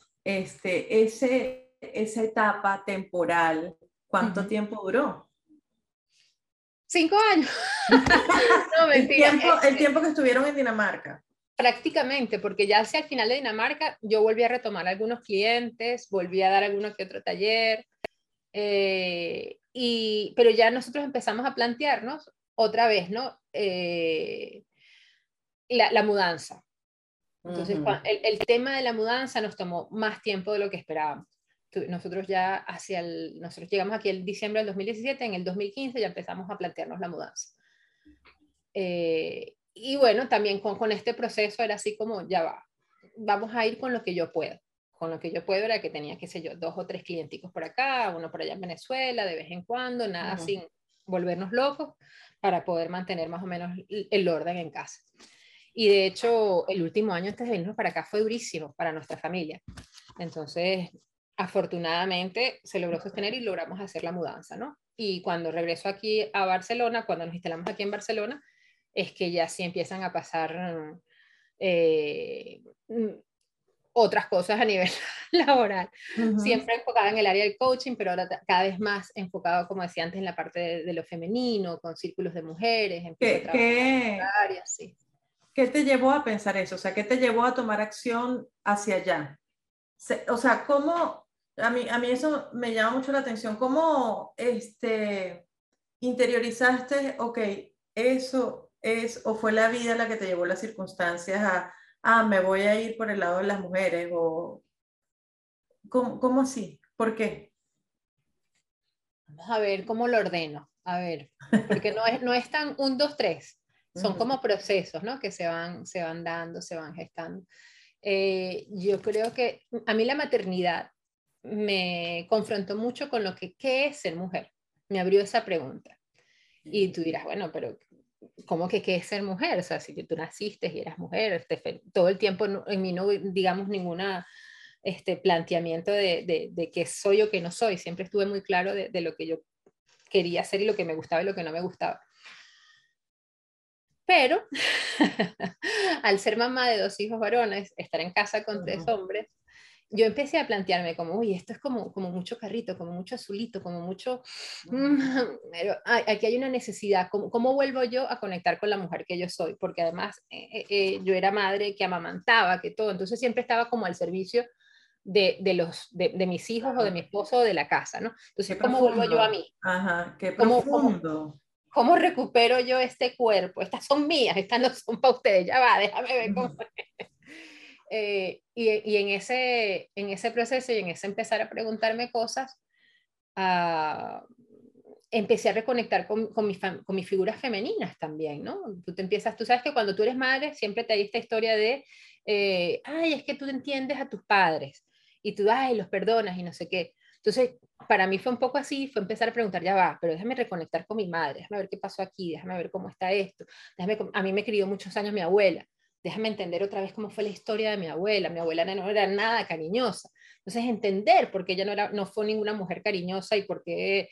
Esa etapa temporal, ¿cuánto tiempo duró? 5 años. No, mentira. El tiempo que estuvieron en Dinamarca. Prácticamente, porque ya hacia el final de Dinamarca yo volví a retomar algunos clientes, volví a dar alguno que otro taller, pero ya nosotros empezamos a plantearnos otra vez, ¿no? La mudanza. Entonces, el tema de la mudanza nos tomó más tiempo de lo que esperábamos. Nosotros nosotros llegamos aquí el diciembre del 2017, en el 2015 ya empezamos a plantearnos la mudanza. Y bueno, también con este proceso era así como, ya va, vamos a ir con lo que yo puedo. Con lo que yo puedo era que tenía, qué sé yo, 2 o 3 clienticos por acá, uno por allá en Venezuela, de vez en cuando, nada sin volvernos locos, para poder mantener más o menos el orden en casa. Y de hecho, el último año antes de venirnos para acá fue durísimo para nuestra familia. Entonces, afortunadamente se logró sostener y logramos hacer la mudanza, ¿no? Y cuando regreso aquí a Barcelona, cuando nos instalamos aquí en Barcelona, es que ya sí empiezan a pasar otras cosas a nivel laboral. Siempre enfocada en el área del coaching, pero ahora cada vez más enfocado, como decía antes, en la parte de lo femenino, con círculos de mujeres, empiezo a trabajar en áreas, sí. ¿Qué te llevó a pensar eso? O sea, ¿qué te llevó a tomar acción hacia allá? O sea, ¿cómo? A mí eso me llama mucho la atención. ¿Cómo interiorizaste, ok, eso es, o fue la vida la que te llevó las circunstancias me voy a ir por el lado de las mujeres? O, ¿cómo así? ¿Por qué? Vamos a ver cómo lo ordeno. A ver, porque no es tan 1, 2, 3. Son como procesos, ¿no? Que se van dando, se van gestando. Yo creo que a mí la maternidad me confrontó mucho con ¿qué es ser mujer? Me abrió esa pregunta. Y tú dirás, bueno, pero ¿cómo que qué es ser mujer? O sea, si tú naciste y eras mujer, todo el tiempo en mí no, digamos, ninguna planteamiento de qué soy o qué no soy. Siempre estuve muy claro de lo que yo quería hacer y lo que me gustaba y lo que no me gustaba. Pero al ser mamá de 2 hijos varones, estar en casa con 3 hombres, yo empecé a plantearme como, uy, esto es como mucho carrito, como mucho azulito, como mucho... pero aquí hay una necesidad, ¿cómo vuelvo yo a conectar con la mujer que yo soy? Porque además yo era madre que amamantaba, que todo, entonces siempre estaba como al servicio de mis hijos o de mi esposo o de la casa, ¿no? Entonces, ¿cómo vuelvo yo a mí? Ajá, qué profundo. ¿Cómo recupero yo este cuerpo? Estas son mías, estas no son para ustedes, ya va, déjame ver cómo es. Y en ese proceso y en ese empezar a preguntarme cosas, empecé a reconectar con mis figuras femeninas también, ¿no? Tú sabes que cuando tú eres madre siempre te hay esta historia de, ay, es que tú entiendes a tus padres y tú, ay, los perdonas y no sé qué. Entonces, para mí fue un poco así, fue empezar a preguntar, ya va, pero déjame reconectar con mi madre, déjame ver qué pasó aquí, déjame ver cómo está esto, a mí me crió muchos años mi abuela, déjame entender otra vez cómo fue la historia de mi abuela no era nada cariñosa, entonces entender por qué ella no fue ninguna mujer cariñosa y por qué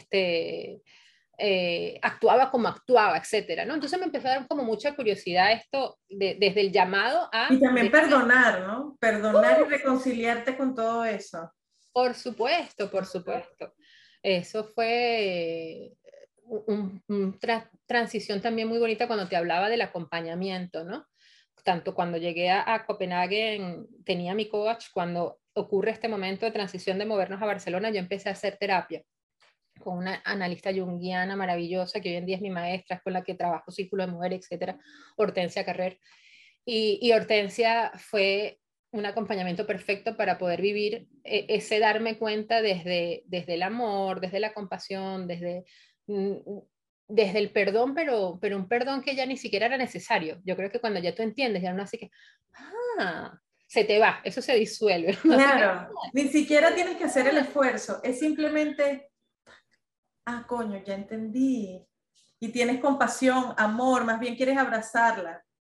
actuaba como actuaba, etcétera, ¿no? Entonces me empezó a dar como mucha curiosidad esto desde el llamado a... Y también perdonar, ¿no? Perdonar y reconciliarte con todo eso. Por supuesto, por supuesto. Eso fue una transición también muy bonita cuando te hablaba del acompañamiento, ¿no? Tanto cuando llegué a Copenhague, tenía mi coach, cuando ocurre este momento de transición de movernos a Barcelona, yo empecé a hacer terapia con una analista junguiana maravillosa, que hoy en día es mi maestra, es con la que trabajo Círculo de Mujeres, etcétera, Hortensia Carrer. Y Hortensia fue un acompañamiento perfecto para poder vivir ese darme cuenta desde el amor, desde la compasión, desde el perdón, pero un perdón que ya ni siquiera era necesario. Yo creo que cuando ya tú entiendes, ya no así que, se te va, eso se disuelve. Claro, ni siquiera tienes que hacer el esfuerzo, es simplemente, coño, ya entendí. Y tienes compasión, amor, más bien quieres abrazarla.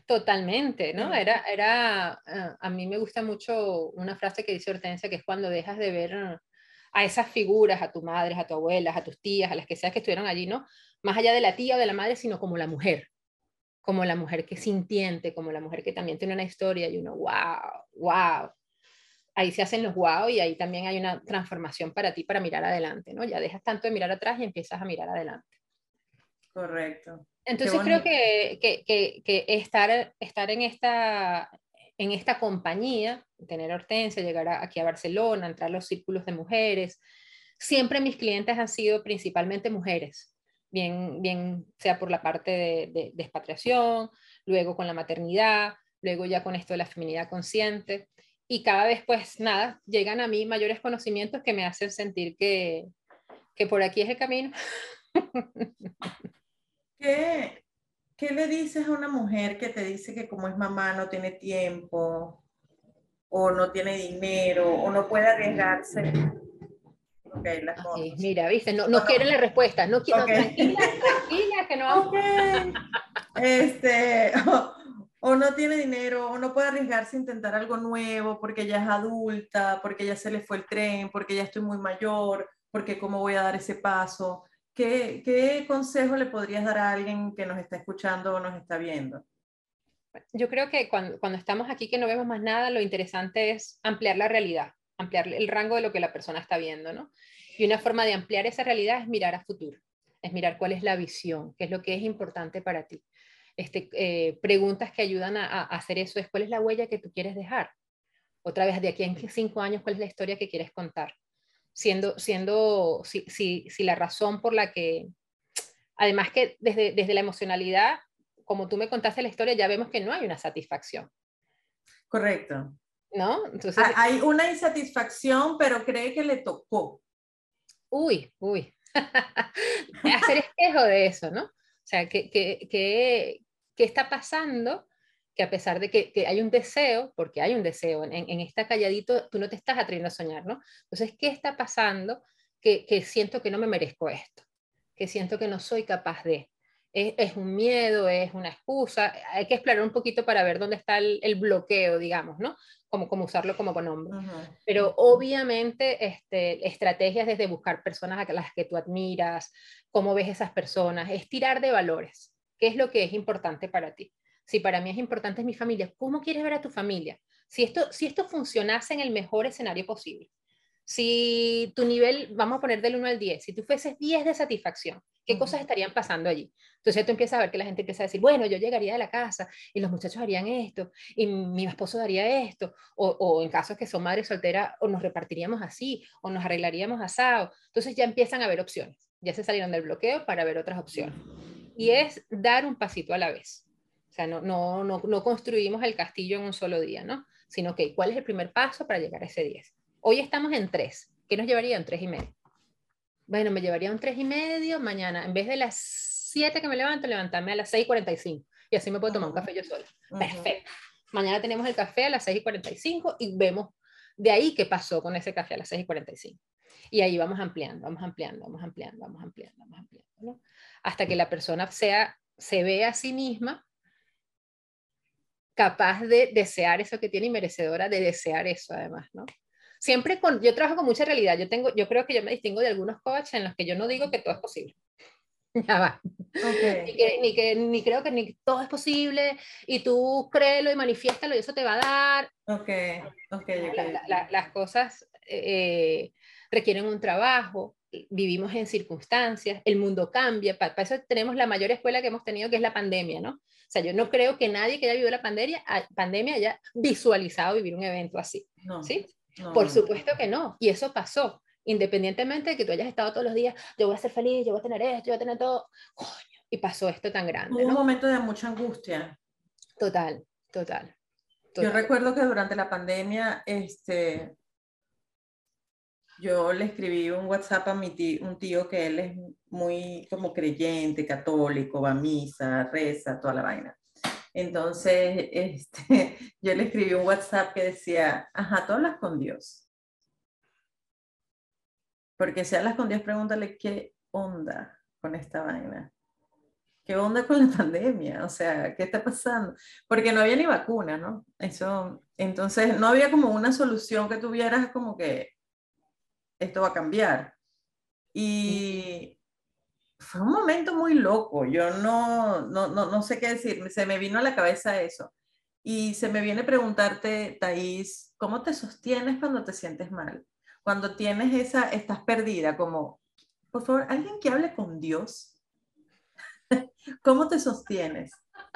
Totalmente, ¿no? A mí me gusta mucho una frase que dice Hortensia, que es cuando dejas de ver a esas figuras, a tu madre, a tu abuela, a tus tías, a las que seas que estuvieron allí, ¿no? Más allá de la tía o de la madre, sino como la mujer que es sintiente, como la mujer que también tiene una historia y uno, wow, wow. Ahí se hacen los wow y ahí también hay una transformación para ti para mirar adelante, ¿no? Ya dejas tanto de mirar atrás y empiezas a mirar adelante. Correcto. Qué Entonces creo bonito. que estar en esta compañía, tener a Hortensia, llegar aquí a Barcelona, entrar a los círculos de mujeres, siempre mis clientes han sido principalmente mujeres, bien sea por la parte de expatriación, luego con la maternidad, luego ya con esto de la feminidad consciente, y cada vez pues nada, llegan a mí mayores conocimientos que me hacen sentir que por aquí es el camino. ¿Qué, qué le dices a una mujer que te dice que como es mamá no tiene tiempo o no tiene dinero o no puede arriesgarse? Ok, las Ay, motos. mira, viste, no, O no quieren la respuesta, no, ok. tranquila, tranquila, que no vamos. Ok. Este, o no tiene dinero, o no puede arriesgarse a intentar algo nuevo porque ya es adulta, porque ya se le fue el tren, porque ya estoy muy mayor, porque cómo voy a dar ese paso. ¿Qué consejo le podrías dar a alguien que nos está escuchando o nos está viendo? Yo creo que cuando estamos aquí que no vemos más nada, lo interesante es ampliar la realidad, ampliar el rango de lo que la persona está viendo, ¿no? Y una forma de ampliar esa realidad es mirar a futuro, es mirar cuál es la visión, qué es lo que es importante para ti. Preguntas que ayudan a hacer eso es cuál es la huella que tú quieres dejar. Otra vez, de aquí en 5 años, cuál es la historia que quieres contar. Si la razón por la que, además que desde la emocionalidad, como tú me contaste la historia, ya vemos que no hay una satisfacción, Correcto. ¿no? Entonces, Hay una insatisfacción, pero cree que le tocó. uy, hacer espejo de eso, ¿no? O sea, ¿qué está pasando? Que a pesar de que hay un deseo, porque hay un deseo, en esta calladito tú no te estás atreviendo a soñar, ¿no? Entonces, ¿qué está pasando? Que siento que no me merezco esto, que siento que no soy capaz de. Es un miedo, es una excusa, hay que explorar un poquito para ver dónde está el bloqueo, digamos, ¿no? Como usarlo como nombre. Ujú. Pero obviamente estrategias desde buscar personas a las que tú admiras, cómo ves esas personas, es tirar de valores. ¿Qué es lo que es importante para ti? Si para mí es importante mi familia, ¿cómo quieres ver a tu familia? Si esto funcionase en el mejor escenario posible, si tu nivel, vamos a poner del 1 al 10, si tú fueses 10 de satisfacción, ¿qué cosas estarían pasando allí? Entonces tú empiezas a ver que la gente empieza a decir, bueno, yo llegaría de la casa y los muchachos harían esto y mi esposo daría esto, o en casos que son madres solteras, o nos repartiríamos así, o nos arreglaríamos asado. Entonces ya empiezan a haber opciones, ya se salieron del bloqueo para ver otras opciones. Y es dar un pasito a la vez. O sea, no construimos el castillo en un solo día, ¿no? Sino que, ¿cuál es el primer paso para llegar a ese 10? Hoy estamos en 3. ¿Qué nos llevaría? Un 3,5. Bueno, me llevaría un 3,5 mañana. En vez de las 7 que me levanto, levantarme a las 6:45. Y así me puedo tomar un café yo sola. Perfecto. Mañana tenemos el café a las 6:45 y vemos de ahí qué pasó con ese café a las 6:45. Y ahí vamos ampliando, vamos ampliando, vamos ampliando, vamos ampliando, vamos ampliando, ¿no? Hasta que la persona se vea a sí misma capaz de desear eso que tiene y merecedora de desear eso además, ¿no? Yo trabajo con mucha realidad. Yo creo que yo me distingo de algunos coaches en los que yo no digo que todo es posible. Ya va. Ok. Ni creo que ni todo es posible y tú créelo y manifiéstalo y eso te va a dar. Ok, ok, No, ok. las cosas requieren un trabajo, vivimos en circunstancias, el mundo cambia. Para eso tenemos la mayor escuela que hemos tenido, que es la pandemia, ¿no? O sea, yo no creo que nadie que haya vivido la pandemia haya visualizado vivir un evento así, No, ¿sí? no, Por no. supuesto que no, y eso pasó. Independientemente de que tú hayas estado todos los días, yo voy a ser feliz, yo voy a tener esto, yo voy a tener todo, coño, y pasó esto tan grande, Hubo un ¿no? momento de mucha angustia. Total, total, Yo total. recuerdo que durante la pandemia, yo le escribí un WhatsApp a un tío que él es muy como creyente, católico, va a misa, reza, toda la vaina. Entonces, yo le escribí un WhatsApp que decía, ajá, tú hablas con Dios. Porque si hablas con Dios, pregúntale qué onda con esta vaina. ¿qué onda con la pandemia? O sea, ¿qué está pasando? Porque no había ni vacuna, ¿no? Eso, entonces no había como una solución que tuvieras como que esto va a cambiar. Y fue un momento muy loco, yo no sé qué decir, se me vino a la cabeza eso. Y se me viene preguntarte, Thaís, ¿cómo te sostienes cuando te sientes mal? Cuando tienes estás perdida, como, por favor, alguien que hable con Dios. ¿Cómo te sostienes?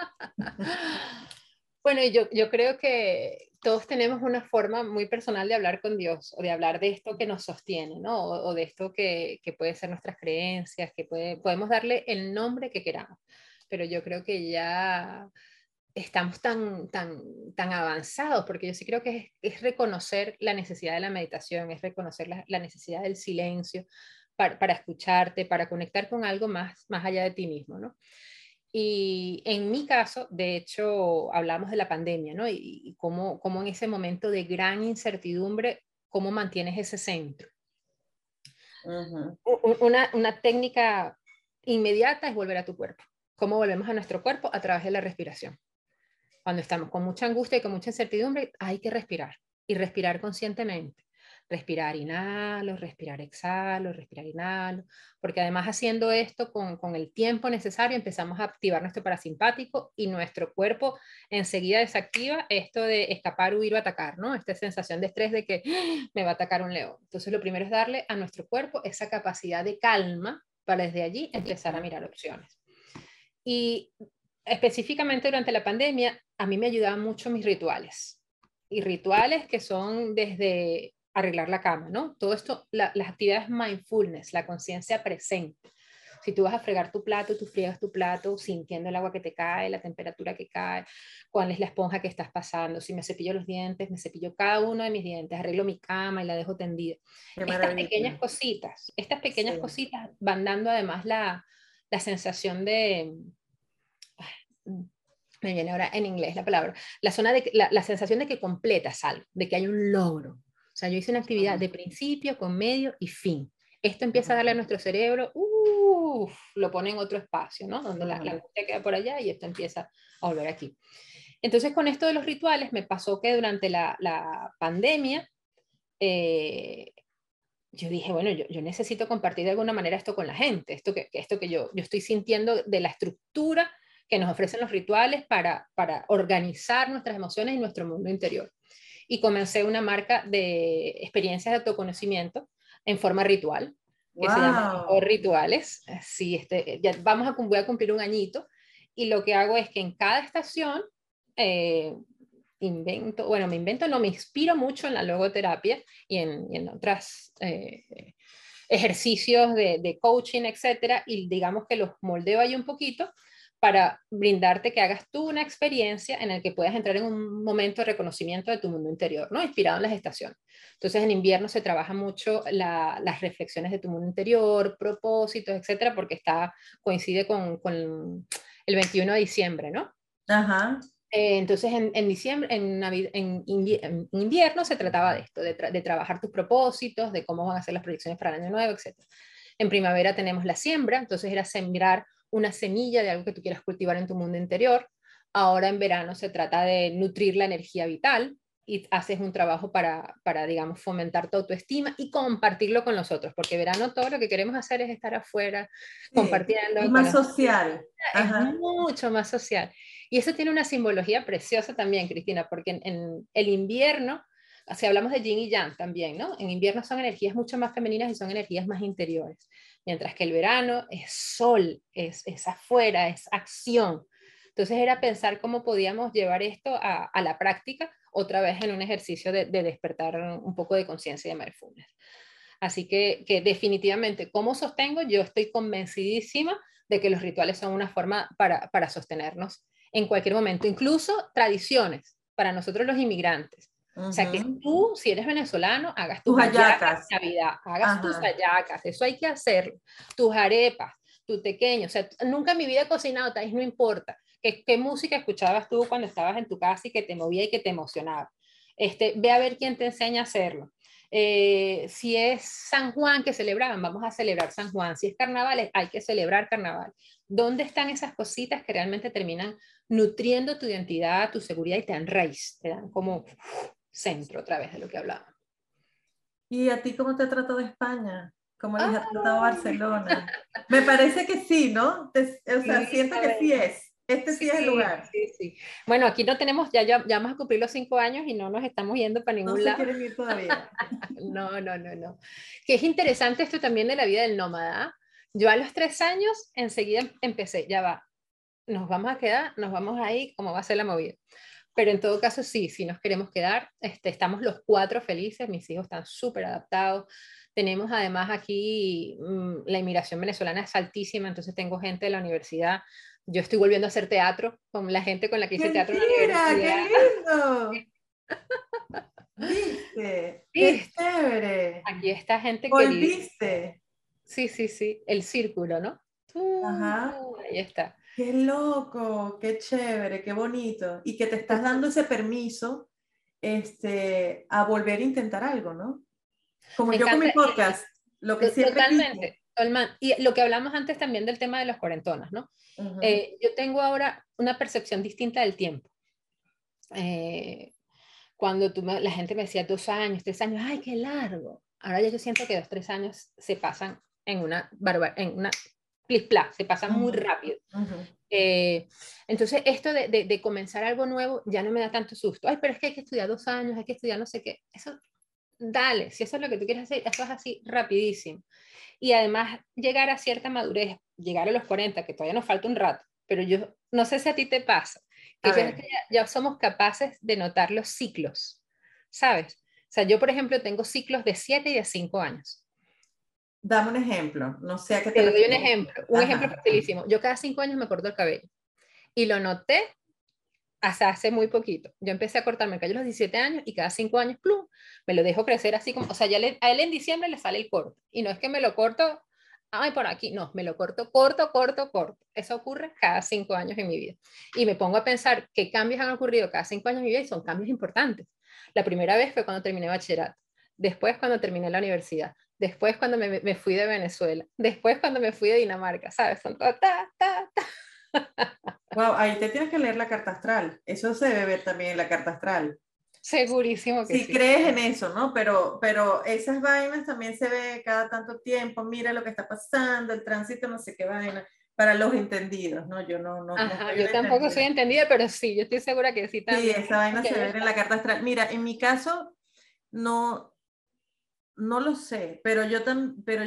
Bueno, yo creo que todos tenemos una forma muy personal de hablar con Dios o de hablar de esto que nos sostiene, ¿no? O de esto que puede ser nuestras creencias, podemos darle el nombre que queramos. Pero yo creo que ya estamos tan avanzados, porque yo sí creo que es reconocer la necesidad de la meditación, es reconocer la necesidad del silencio para escucharte, para conectar con algo más allá de ti mismo, ¿no? Y en mi caso, de hecho, hablamos de la pandemia, ¿no? Y cómo en ese momento de gran incertidumbre, cómo mantienes ese centro. Ujú. Una técnica inmediata es volver a tu cuerpo. ¿Cómo volvemos a nuestro cuerpo? A través de la respiración. Cuando estamos con mucha angustia y con mucha incertidumbre, hay que respirar y respirar conscientemente. Respirar, inhalo, respirar, exhalo, respirar, inhalo, porque además haciendo esto con el tiempo necesario empezamos a activar nuestro parasimpático y nuestro cuerpo enseguida desactiva esto de escapar, huir o atacar, ¿no? Esta sensación de estrés de que me va a atacar un león. Entonces lo primero es darle a nuestro cuerpo esa capacidad de calma para desde allí empezar a mirar opciones. Y específicamente durante la pandemia, a mí me ayudaban mucho mis rituales. Y rituales que son desde arreglar la cama, ¿no? Todo esto, las actividades mindfulness, la conciencia presente. Si tú vas a fregar tu plato, tú friegas tu plato sintiendo el agua que te cae, la temperatura que cae, cuál es la esponja que estás pasando. Si me cepillo los dientes, me cepillo cada uno de mis dientes, arreglo mi cama y la dejo tendida. Qué maravilla. Estas pequeñas Sí. cositas van dando además la sensación de, me viene ahora en inglés la palabra, la sensación de que completas algo, de que hay un logro. O sea, yo hice una actividad de principio, con medio y fin. Esto empieza a darle a nuestro cerebro, lo pone en otro espacio, ¿no? Donde la angustia queda por allá y esto empieza a volver aquí. Entonces, con esto de los rituales, me pasó que durante la pandemia, yo dije, bueno, yo necesito compartir de alguna manera esto con la gente, esto que yo estoy sintiendo de la estructura que nos ofrecen los rituales para organizar nuestras emociones y nuestro mundo interior. Y comencé una marca de experiencias de autoconocimiento en forma ritual, que se llama Wow. Rituales. Sí, ya voy a cumplir un añito, y lo que hago es que en cada estación eh, me inspiro mucho en la logoterapia y en otras ejercicios de coaching, etcétera, y digamos que los moldeo ahí un poquito para brindarte que hagas tú una experiencia en la que puedas entrar en un momento de reconocimiento de tu mundo interior, ¿no? Inspirado en las estaciones. Entonces, en invierno se trabaja mucho las reflexiones de tu mundo interior, propósitos, etcétera, porque coincide con el 21 de diciembre, ¿no? Ajá. Entonces, en diciembre, en invierno se trataba de esto, de trabajar tus propósitos, de cómo van a ser las proyecciones para el año nuevo, etc. En primavera tenemos la siembra, entonces era sembrar una semilla de algo que tú quieras cultivar en tu mundo interior. Ahora en verano se trata de nutrir la energía vital y haces un trabajo digamos, fomentar tu autoestima y compartirlo con los otros, porque verano todo lo que queremos hacer es estar afuera, Sí. Es compartiendo con más los amigos. social. Es Ajá. mucho más social. Y eso tiene una simbología preciosa también, Cristina, porque en el invierno, si hablamos de yin y yang también, ¿no? En invierno son energías mucho más femeninas y son energías más interiores, mientras que el verano es sol, es afuera, es acción. Entonces era pensar cómo podíamos llevar esto a la práctica, otra vez en un ejercicio de despertar un poco de conciencia y de mindfulness. Así que definitivamente, ¿cómo sostengo? Yo estoy convencidísima de que los rituales son una forma para sostenernos en cualquier momento, incluso tradiciones para nosotros los inmigrantes. O sea, que Ujú. tú, si eres venezolano, hagas tus Tus hallacas hallacas. de Navidad, hagas tus Ajá. hallacas, eso hay que hacerlo. Tus arepas, tu tequeño. O sea, nunca en mi vida he cocinado, tal vez no importa. ¿Qué música escuchabas tú cuando estabas en tu casa y que te movía y que te emocionaba? Ve a ver quién te enseña a hacerlo. Si es San Juan que celebraban, vamos a celebrar San Juan. Si es carnaval, hay que celebrar carnaval. ¿Dónde están esas cositas que realmente terminan nutriendo tu identidad, tu seguridad y te dan raíz, te dan como centro otra vez de lo que hablábamos? ¿Y a ti cómo te ha tratado España? ¿Cómo les ha tratado ¡Ay! Barcelona? Me parece que sí, ¿no? O sea, Sí, siento que sí es. Este sí sí, es el lugar. sí, sí. Bueno, aquí no tenemos, ya vamos a cumplir los 5 años y no nos estamos yendo para No ningún se lado. quieren ir todavía. No, no, no, no. Que es interesante esto también de la vida del nómada. ¿Ah? Yo a los 3 años enseguida empecé, ya va, nos vamos a quedar, nos vamos a ir, ¿cómo va a ser la movida? Pero en todo caso, sí, sí nos queremos quedar. Estamos los 4 felices, mis hijos están súper adaptados. Tenemos además aquí, la inmigración venezolana es altísima, entonces tengo gente de la universidad. Yo estoy volviendo a hacer teatro con la gente con la que hice teatro en la ¡Mentira! ¡Qué universidad. lindo! ¿Viste? ¡Qué Sí, chévere! aquí está gente querida. ¿Volviste? Sí, sí, sí, el círculo, ¿no? Ajá. Ahí está. ¡Qué loco! ¡Qué chévere! ¡Qué bonito! Y que te estás Entonces, dando ese permiso a volver a intentar algo, ¿no? Como me yo con mi encanta, podcast, lo que siempre quise. totalmente, Tolman. Y lo que hablamos antes también del tema de los cuarentonas, ¿no? Ujú. Yo tengo ahora una percepción distinta del tiempo. Eh, cuando la gente me decía 2 años, 3 años, ¡ay, qué largo! Ahora ya yo siento que 2, 3 años se pasan en una plis-plas, se pasan muy Ujú, rápido. ujú. Entonces, esto de comenzar algo nuevo ya no me da tanto susto. Ay, pero es que hay que estudiar 2 años, hay que estudiar no sé qué. Eso, dale, si eso es lo que tú quieres hacer, eso es así rapidísimo. Y además llegar a cierta madurez, llegar a los 40, que todavía nos falta un rato, pero yo no sé si a ti te pasa, A que ver, ya somos capaces de notar los ciclos, ¿sabes? O sea, yo, por ejemplo, tengo ciclos de 7 y de 5 años. dame un ejemplo. No sé a qué te Te doy refieres. un ejemplo Ajá. facilísimo. Yo cada 5 años me corto el cabello y lo noté hasta hace muy poquito. Yo empecé a cortarme el cabello a los 17 años y cada 5 años, plum, me lo dejo crecer así como, o sea, a él en diciembre le sale el corto. Y no es que me lo corto, ay, por aquí, no, me lo corto, corto, corto, corto. Eso ocurre cada 5 años en mi vida. Y me pongo a pensar qué cambios han ocurrido cada 5 años en mi vida y son cambios importantes. La primera vez fue cuando terminé bachillerato, después cuando terminé la universidad, después cuando me fui de Venezuela, después cuando me fui de Dinamarca, ¿sabes? Son todo, ta. Wow, ahí te tienes que leer la carta astral. Eso se debe ver también en la carta astral. Segurísimo que Si sí. crees en eso, ¿no? Pero esas vainas también se ve cada tanto tiempo. Mira lo que está pasando, el tránsito, no sé qué vaina. Para los entendidos, ¿no? Yo no Ajá, soy yo una tampoco soy entendida. entendida, pero sí, yo estoy segura que sí Sí, también. esa vaina se ve Que en la carta astral. Mira, en mi caso, no, no lo sé, pero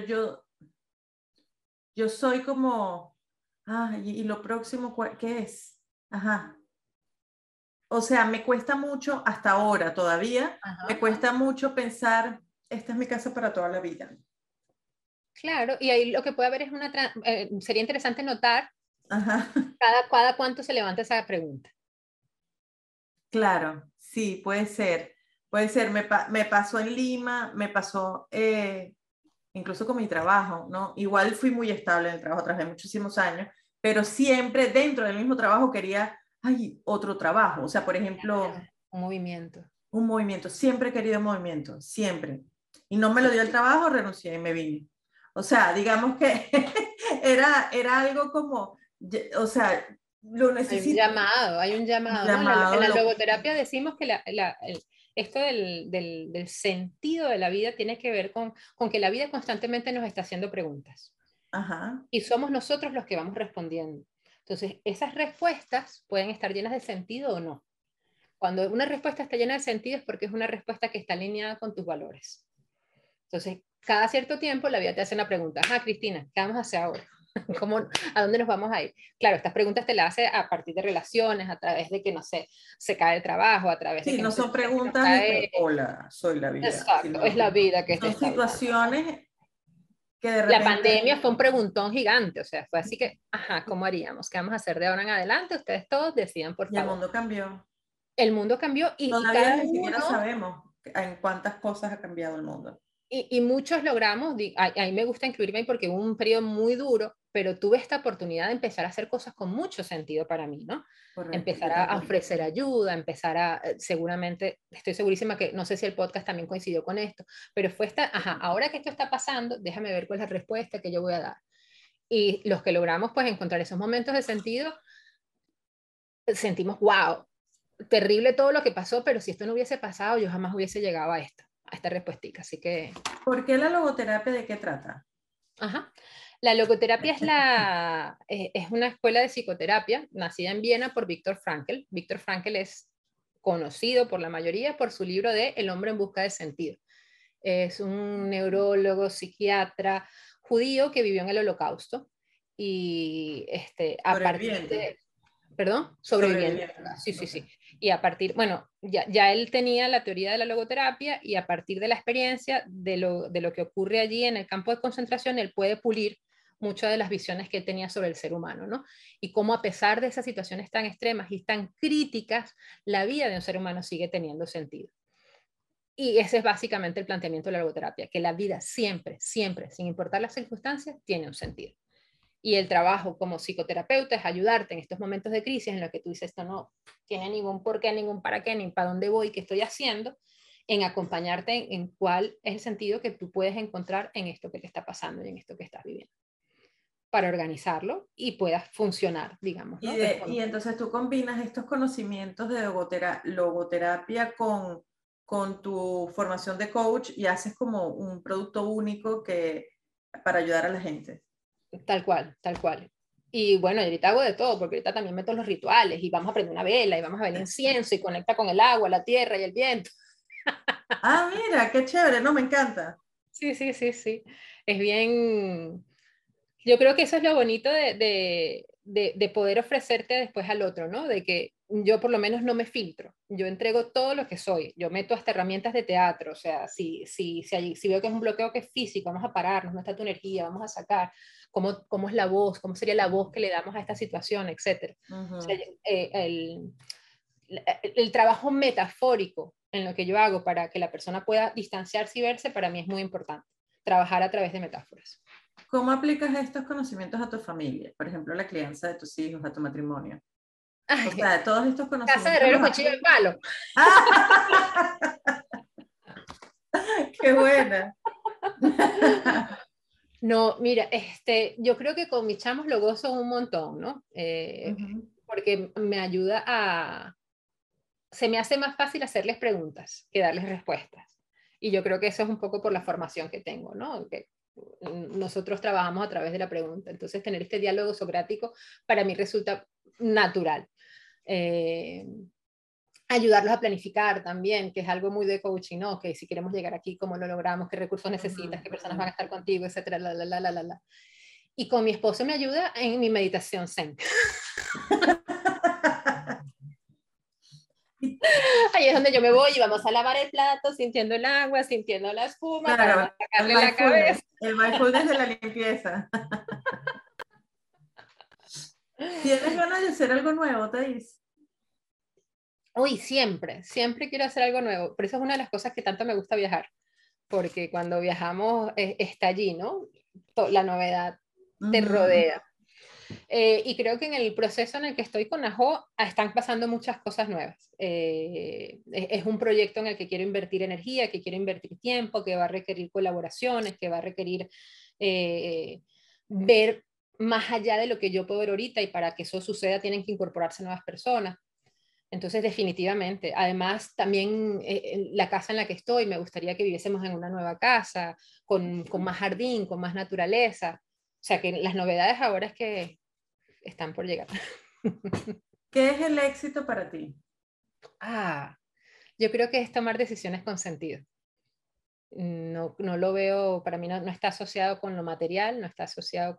yo soy como, y lo próximo, ¿qué es? Ajá. O sea, me cuesta mucho, hasta ahora todavía, me Ajá, cuesta mucho pensar, esta es mi casa para toda la vida. claro, y ahí lo que puede haber es sería interesante notar Ajá, cada cuánto se levanta esa pregunta. claro, sí, puede ser. Puede ser, me pasó en Lima, me pasó incluso con mi trabajo, ¿no? Igual fui muy estable en el trabajo, trabajé muchísimos años, pero siempre dentro del mismo trabajo quería, otro trabajo. O sea, por ejemplo, Un movimiento. un movimiento. Siempre he querido movimiento, siempre. Y no me lo dio el trabajo, renuncié y me vine. O sea, digamos que era algo como, o sea, lo necesito. Hay un Un llamado, ¿no? En llamado la loco. logoterapia decimos que esto del sentido de la vida tiene que ver con que la vida constantemente nos está haciendo preguntas. Ajá, Y somos nosotros los que vamos respondiendo. Entonces, esas respuestas pueden estar llenas de sentido o no. Cuando una respuesta está llena de sentido es porque es una respuesta que está alineada con tus valores. Entonces, cada cierto tiempo la vida te hace una pregunta. Cristina, ¿qué vamos a hacer ahora? ¿Cómo, ¿A dónde nos vamos a ir? Claro, estas preguntas te las hace a partir de relaciones, a través de que, no sé, se cae el trabajo, a través de sí, que, no no sé, son se nos preguntas de cae. que, hola, soy la vida, Exacto, es sino la vida que te son está hablando. situaciones que de La repente pandemia fue un preguntón gigante, o sea, fue así que, ¿cómo haríamos? ¿Qué vamos a hacer de ahora en adelante? Ustedes todos decidan, por y el favor. mundo cambió. El mundo cambió y Todavía cada ni siquiera uno, sabemos en cuántas cosas ha cambiado el mundo. y muchos logramos, ahí me gusta incluirme porque hubo un periodo muy duro pero tuve esta oportunidad de empezar a hacer cosas con mucho sentido para mí, ¿no? Correcto, Empezar a ofrecer ayuda, empezar a, seguramente, estoy segurísima que, no sé si el podcast también coincidió con esto, pero fue ahora que esto está pasando, déjame ver cuál es la respuesta que yo voy a dar. Y los que logramos pues encontrar esos momentos de sentido, sentimos, wow, terrible todo lo que pasó, pero si esto no hubiese pasado, yo jamás hubiese llegado a esta respuestica. Así que... ¿Por qué la logoterapia? ¿De qué trata? Ajá. La logoterapia es una escuela de psicoterapia nacida en Viena por Viktor Frankl. Viktor Frankl es conocido por la mayoría por su libro de El hombre en busca de sentido. Es un neurólogo, psiquiatra judío que vivió en el Holocausto y a partir de... ¿Perdón? Sobreviviente. Sí, sí, sí. Y a partir, bueno, ya él tenía la teoría de la logoterapia y a partir de la experiencia de lo que ocurre allí en el campo de concentración, él puede pulir muchas de las visiones que él tenía sobre el ser humano, ¿no? Y cómo a pesar de esas situaciones tan extremas y tan críticas, la vida de un ser humano sigue teniendo sentido. Y ese es básicamente el planteamiento de la logoterapia, que la vida siempre, siempre, sin importar las circunstancias, tiene un sentido. Y el trabajo como psicoterapeuta es ayudarte en estos momentos de crisis en los que tú dices, esto no tiene ningún por qué, ningún para qué, ni para dónde voy, qué estoy haciendo, en acompañarte en cuál es el sentido que tú puedes encontrar en esto que te está pasando y en esto que estás viviendo, para organizarlo y puedas funcionar, digamos, ¿no? Y entonces tú combinas estos conocimientos de logoterapia con tu formación de coach y haces como un producto único para ayudar a la gente. Tal cual, tal cual. Y bueno, ahorita hago de todo, porque ahorita también meto los rituales y vamos a prender una vela y vamos a ver incienso y conecta con el agua, la tierra y el viento. Ah, mira, qué chévere, no, me encanta. Sí, sí, sí, sí. Es bien, yo creo que eso es lo bonito de poder ofrecerte después al otro, ¿no? De que yo por lo menos no me filtro, yo entrego todo lo que soy, yo meto hasta herramientas de teatro, o sea, si veo que es un bloqueo que es físico, vamos a pararnos, no está tu energía, vamos a sacar cómo es la voz, cómo sería la voz que le damos a esta situación, etc. O sea, el trabajo metafórico en lo que yo hago para que la persona pueda distanciarse y verse, para mí es muy importante, trabajar a través de metáforas. ¿Cómo aplicas estos conocimientos a tu familia? Por ejemplo, a la crianza de tus hijos, a tu matrimonio. Ay, O sea, todos estos casa de conocimientos herrero, los cuchillo de aplicas. palo. ¡Qué buena! No, mira, yo creo que con mis chamos lo gozo un montón, ¿no? Porque me ayuda se me hace más fácil hacerles preguntas que darles respuestas. Y yo creo que eso es un poco por la formación que tengo, ¿no? Que nosotros trabajamos a través de la pregunta. Entonces, tener este diálogo socrático para mí resulta natural. Ayudarlos a planificar también, que es algo muy de coaching, ¿no? Que si queremos llegar aquí, ¿cómo lo logramos? ¿Qué recursos necesitas? ¿Qué personas van a estar contigo? Etcétera, la. Y con mi esposo me ayuda en mi meditación zen. Ahí es donde yo me voy y vamos a lavar el plato, sintiendo el agua, sintiendo la espuma, Claro, para no sacarle la cabeza. el mindfulness de la limpieza. ¿Tienes ganas de hacer algo nuevo, Thais? Uy, siempre, siempre quiero hacer algo nuevo. Por eso es una de las cosas que tanto me gusta viajar, porque cuando viajamos está allí, ¿no? La novedad te rodea. Y creo que en el proceso en el que estoy con Ajo están pasando muchas cosas nuevas. Es un proyecto en el que quiero invertir energía, que quiero invertir tiempo, que va a requerir colaboraciones, que va a requerir ver más allá de lo que yo puedo ver ahorita, y para que eso suceda tienen que incorporarse nuevas personas. Entonces, definitivamente. Además, también la casa en la que estoy, me gustaría que viviésemos en una nueva casa, con más jardín, con más naturaleza. O sea, que las novedades ahora es que están por llegar. ¿Qué es el éxito para ti? Yo creo que es tomar decisiones con sentido. No lo veo, para mí no está asociado con lo material, no está asociado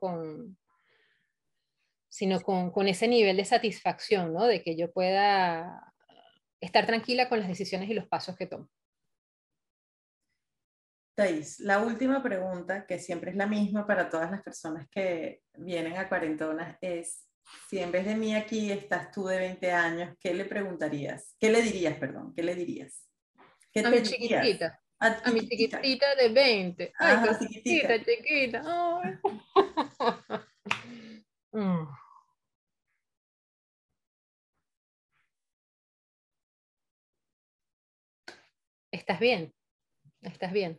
sino con ese nivel de satisfacción, ¿no? De que yo pueda estar tranquila con las decisiones y los pasos que tomo. Thais, la última pregunta, que siempre es la misma para todas las personas que vienen a Cuarentonas, es: si en vez de mí aquí estás tú de 20 años, ¿qué le preguntarías? ¿Qué le dirías, perdón? ¿Qué le dirías? ¿Qué a te mi dirías? chiquitita. A mi chiquitita de 20. Ay, Ajá, cosita, chiquita. Ay. estás bien, estás bien.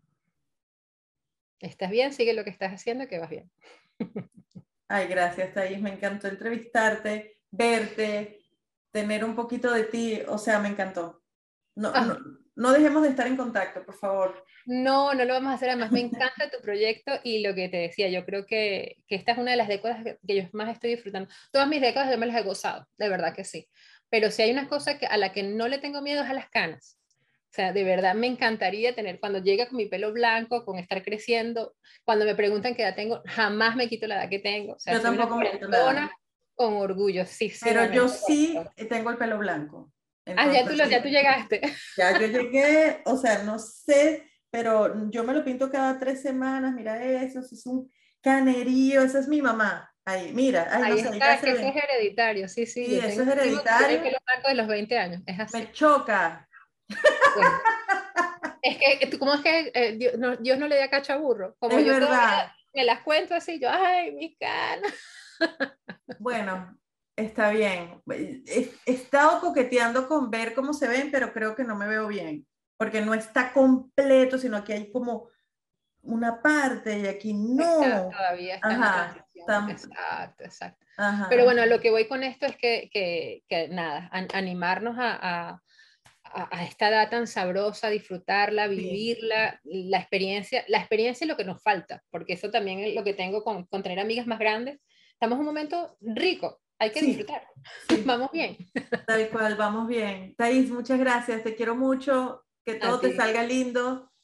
Estás bien, sigue lo que estás haciendo, que vas bien. Ay, gracias, Thais. Me encantó entrevistarte, verte, tener un poquito de ti. O sea, me encantó. No, Ah, no, no dejemos de estar en contacto, por favor. no, no lo vamos a hacer. Además, me encanta tu proyecto y lo que te decía, yo creo que esta es una de las décadas que yo más estoy disfrutando. Todas mis décadas yo me las he gozado, de verdad que sí. Pero si hay una cosa a la que no le tengo miedo es a las canas. O sea, de verdad me encantaría tener, cuando llegue con mi pelo blanco, con estar creciendo, cuando me preguntan qué edad tengo, jamás me quito la edad que tengo. O sea, Yo soy una tampoco me quito la edad. cuarentona con orgullo, sí, sí, Pero yo realmente. sí tengo el pelo blanco. Ah, Entonces, ya tú llegaste. ya yo llegué, o sea, no sé, pero yo me lo pinto cada 3 semanas. Mira eso es un canerío. Esa es mi mamá. Ahí, mira, ay, no Ahí sé, ya está, se que eso ve. es hereditario, sí, sí, Sí, yo eso tengo es un primo que tiene el hereditario. pelo blanco de los 20 años, es así. Me choca. Bueno, es que, ¿cómo es que Dios no le da cacho a burro? Como Es yo todavía verdad. me las cuento así, yo, ay, mis canas. Bueno, está bien. He estado coqueteando con ver cómo se ven, pero creo que no me veo bien, porque no está completo, sino que hay como una parte y aquí no. Todavía está en la Ajá, transición, exacto, exacto. Pero ajá, bueno, lo que voy con esto es que nada, animarnos a esta edad tan sabrosa, disfrutarla, sí, vivirla, la experiencia es lo que nos falta, porque eso también es lo que tengo con tener amigas más grandes. Estamos en un momento rico, hay que sí, disfrutar. sí, Vamos bien. tal cual, vamos bien. Thais, muchas gracias, te quiero mucho, que A todo te ti. salga lindo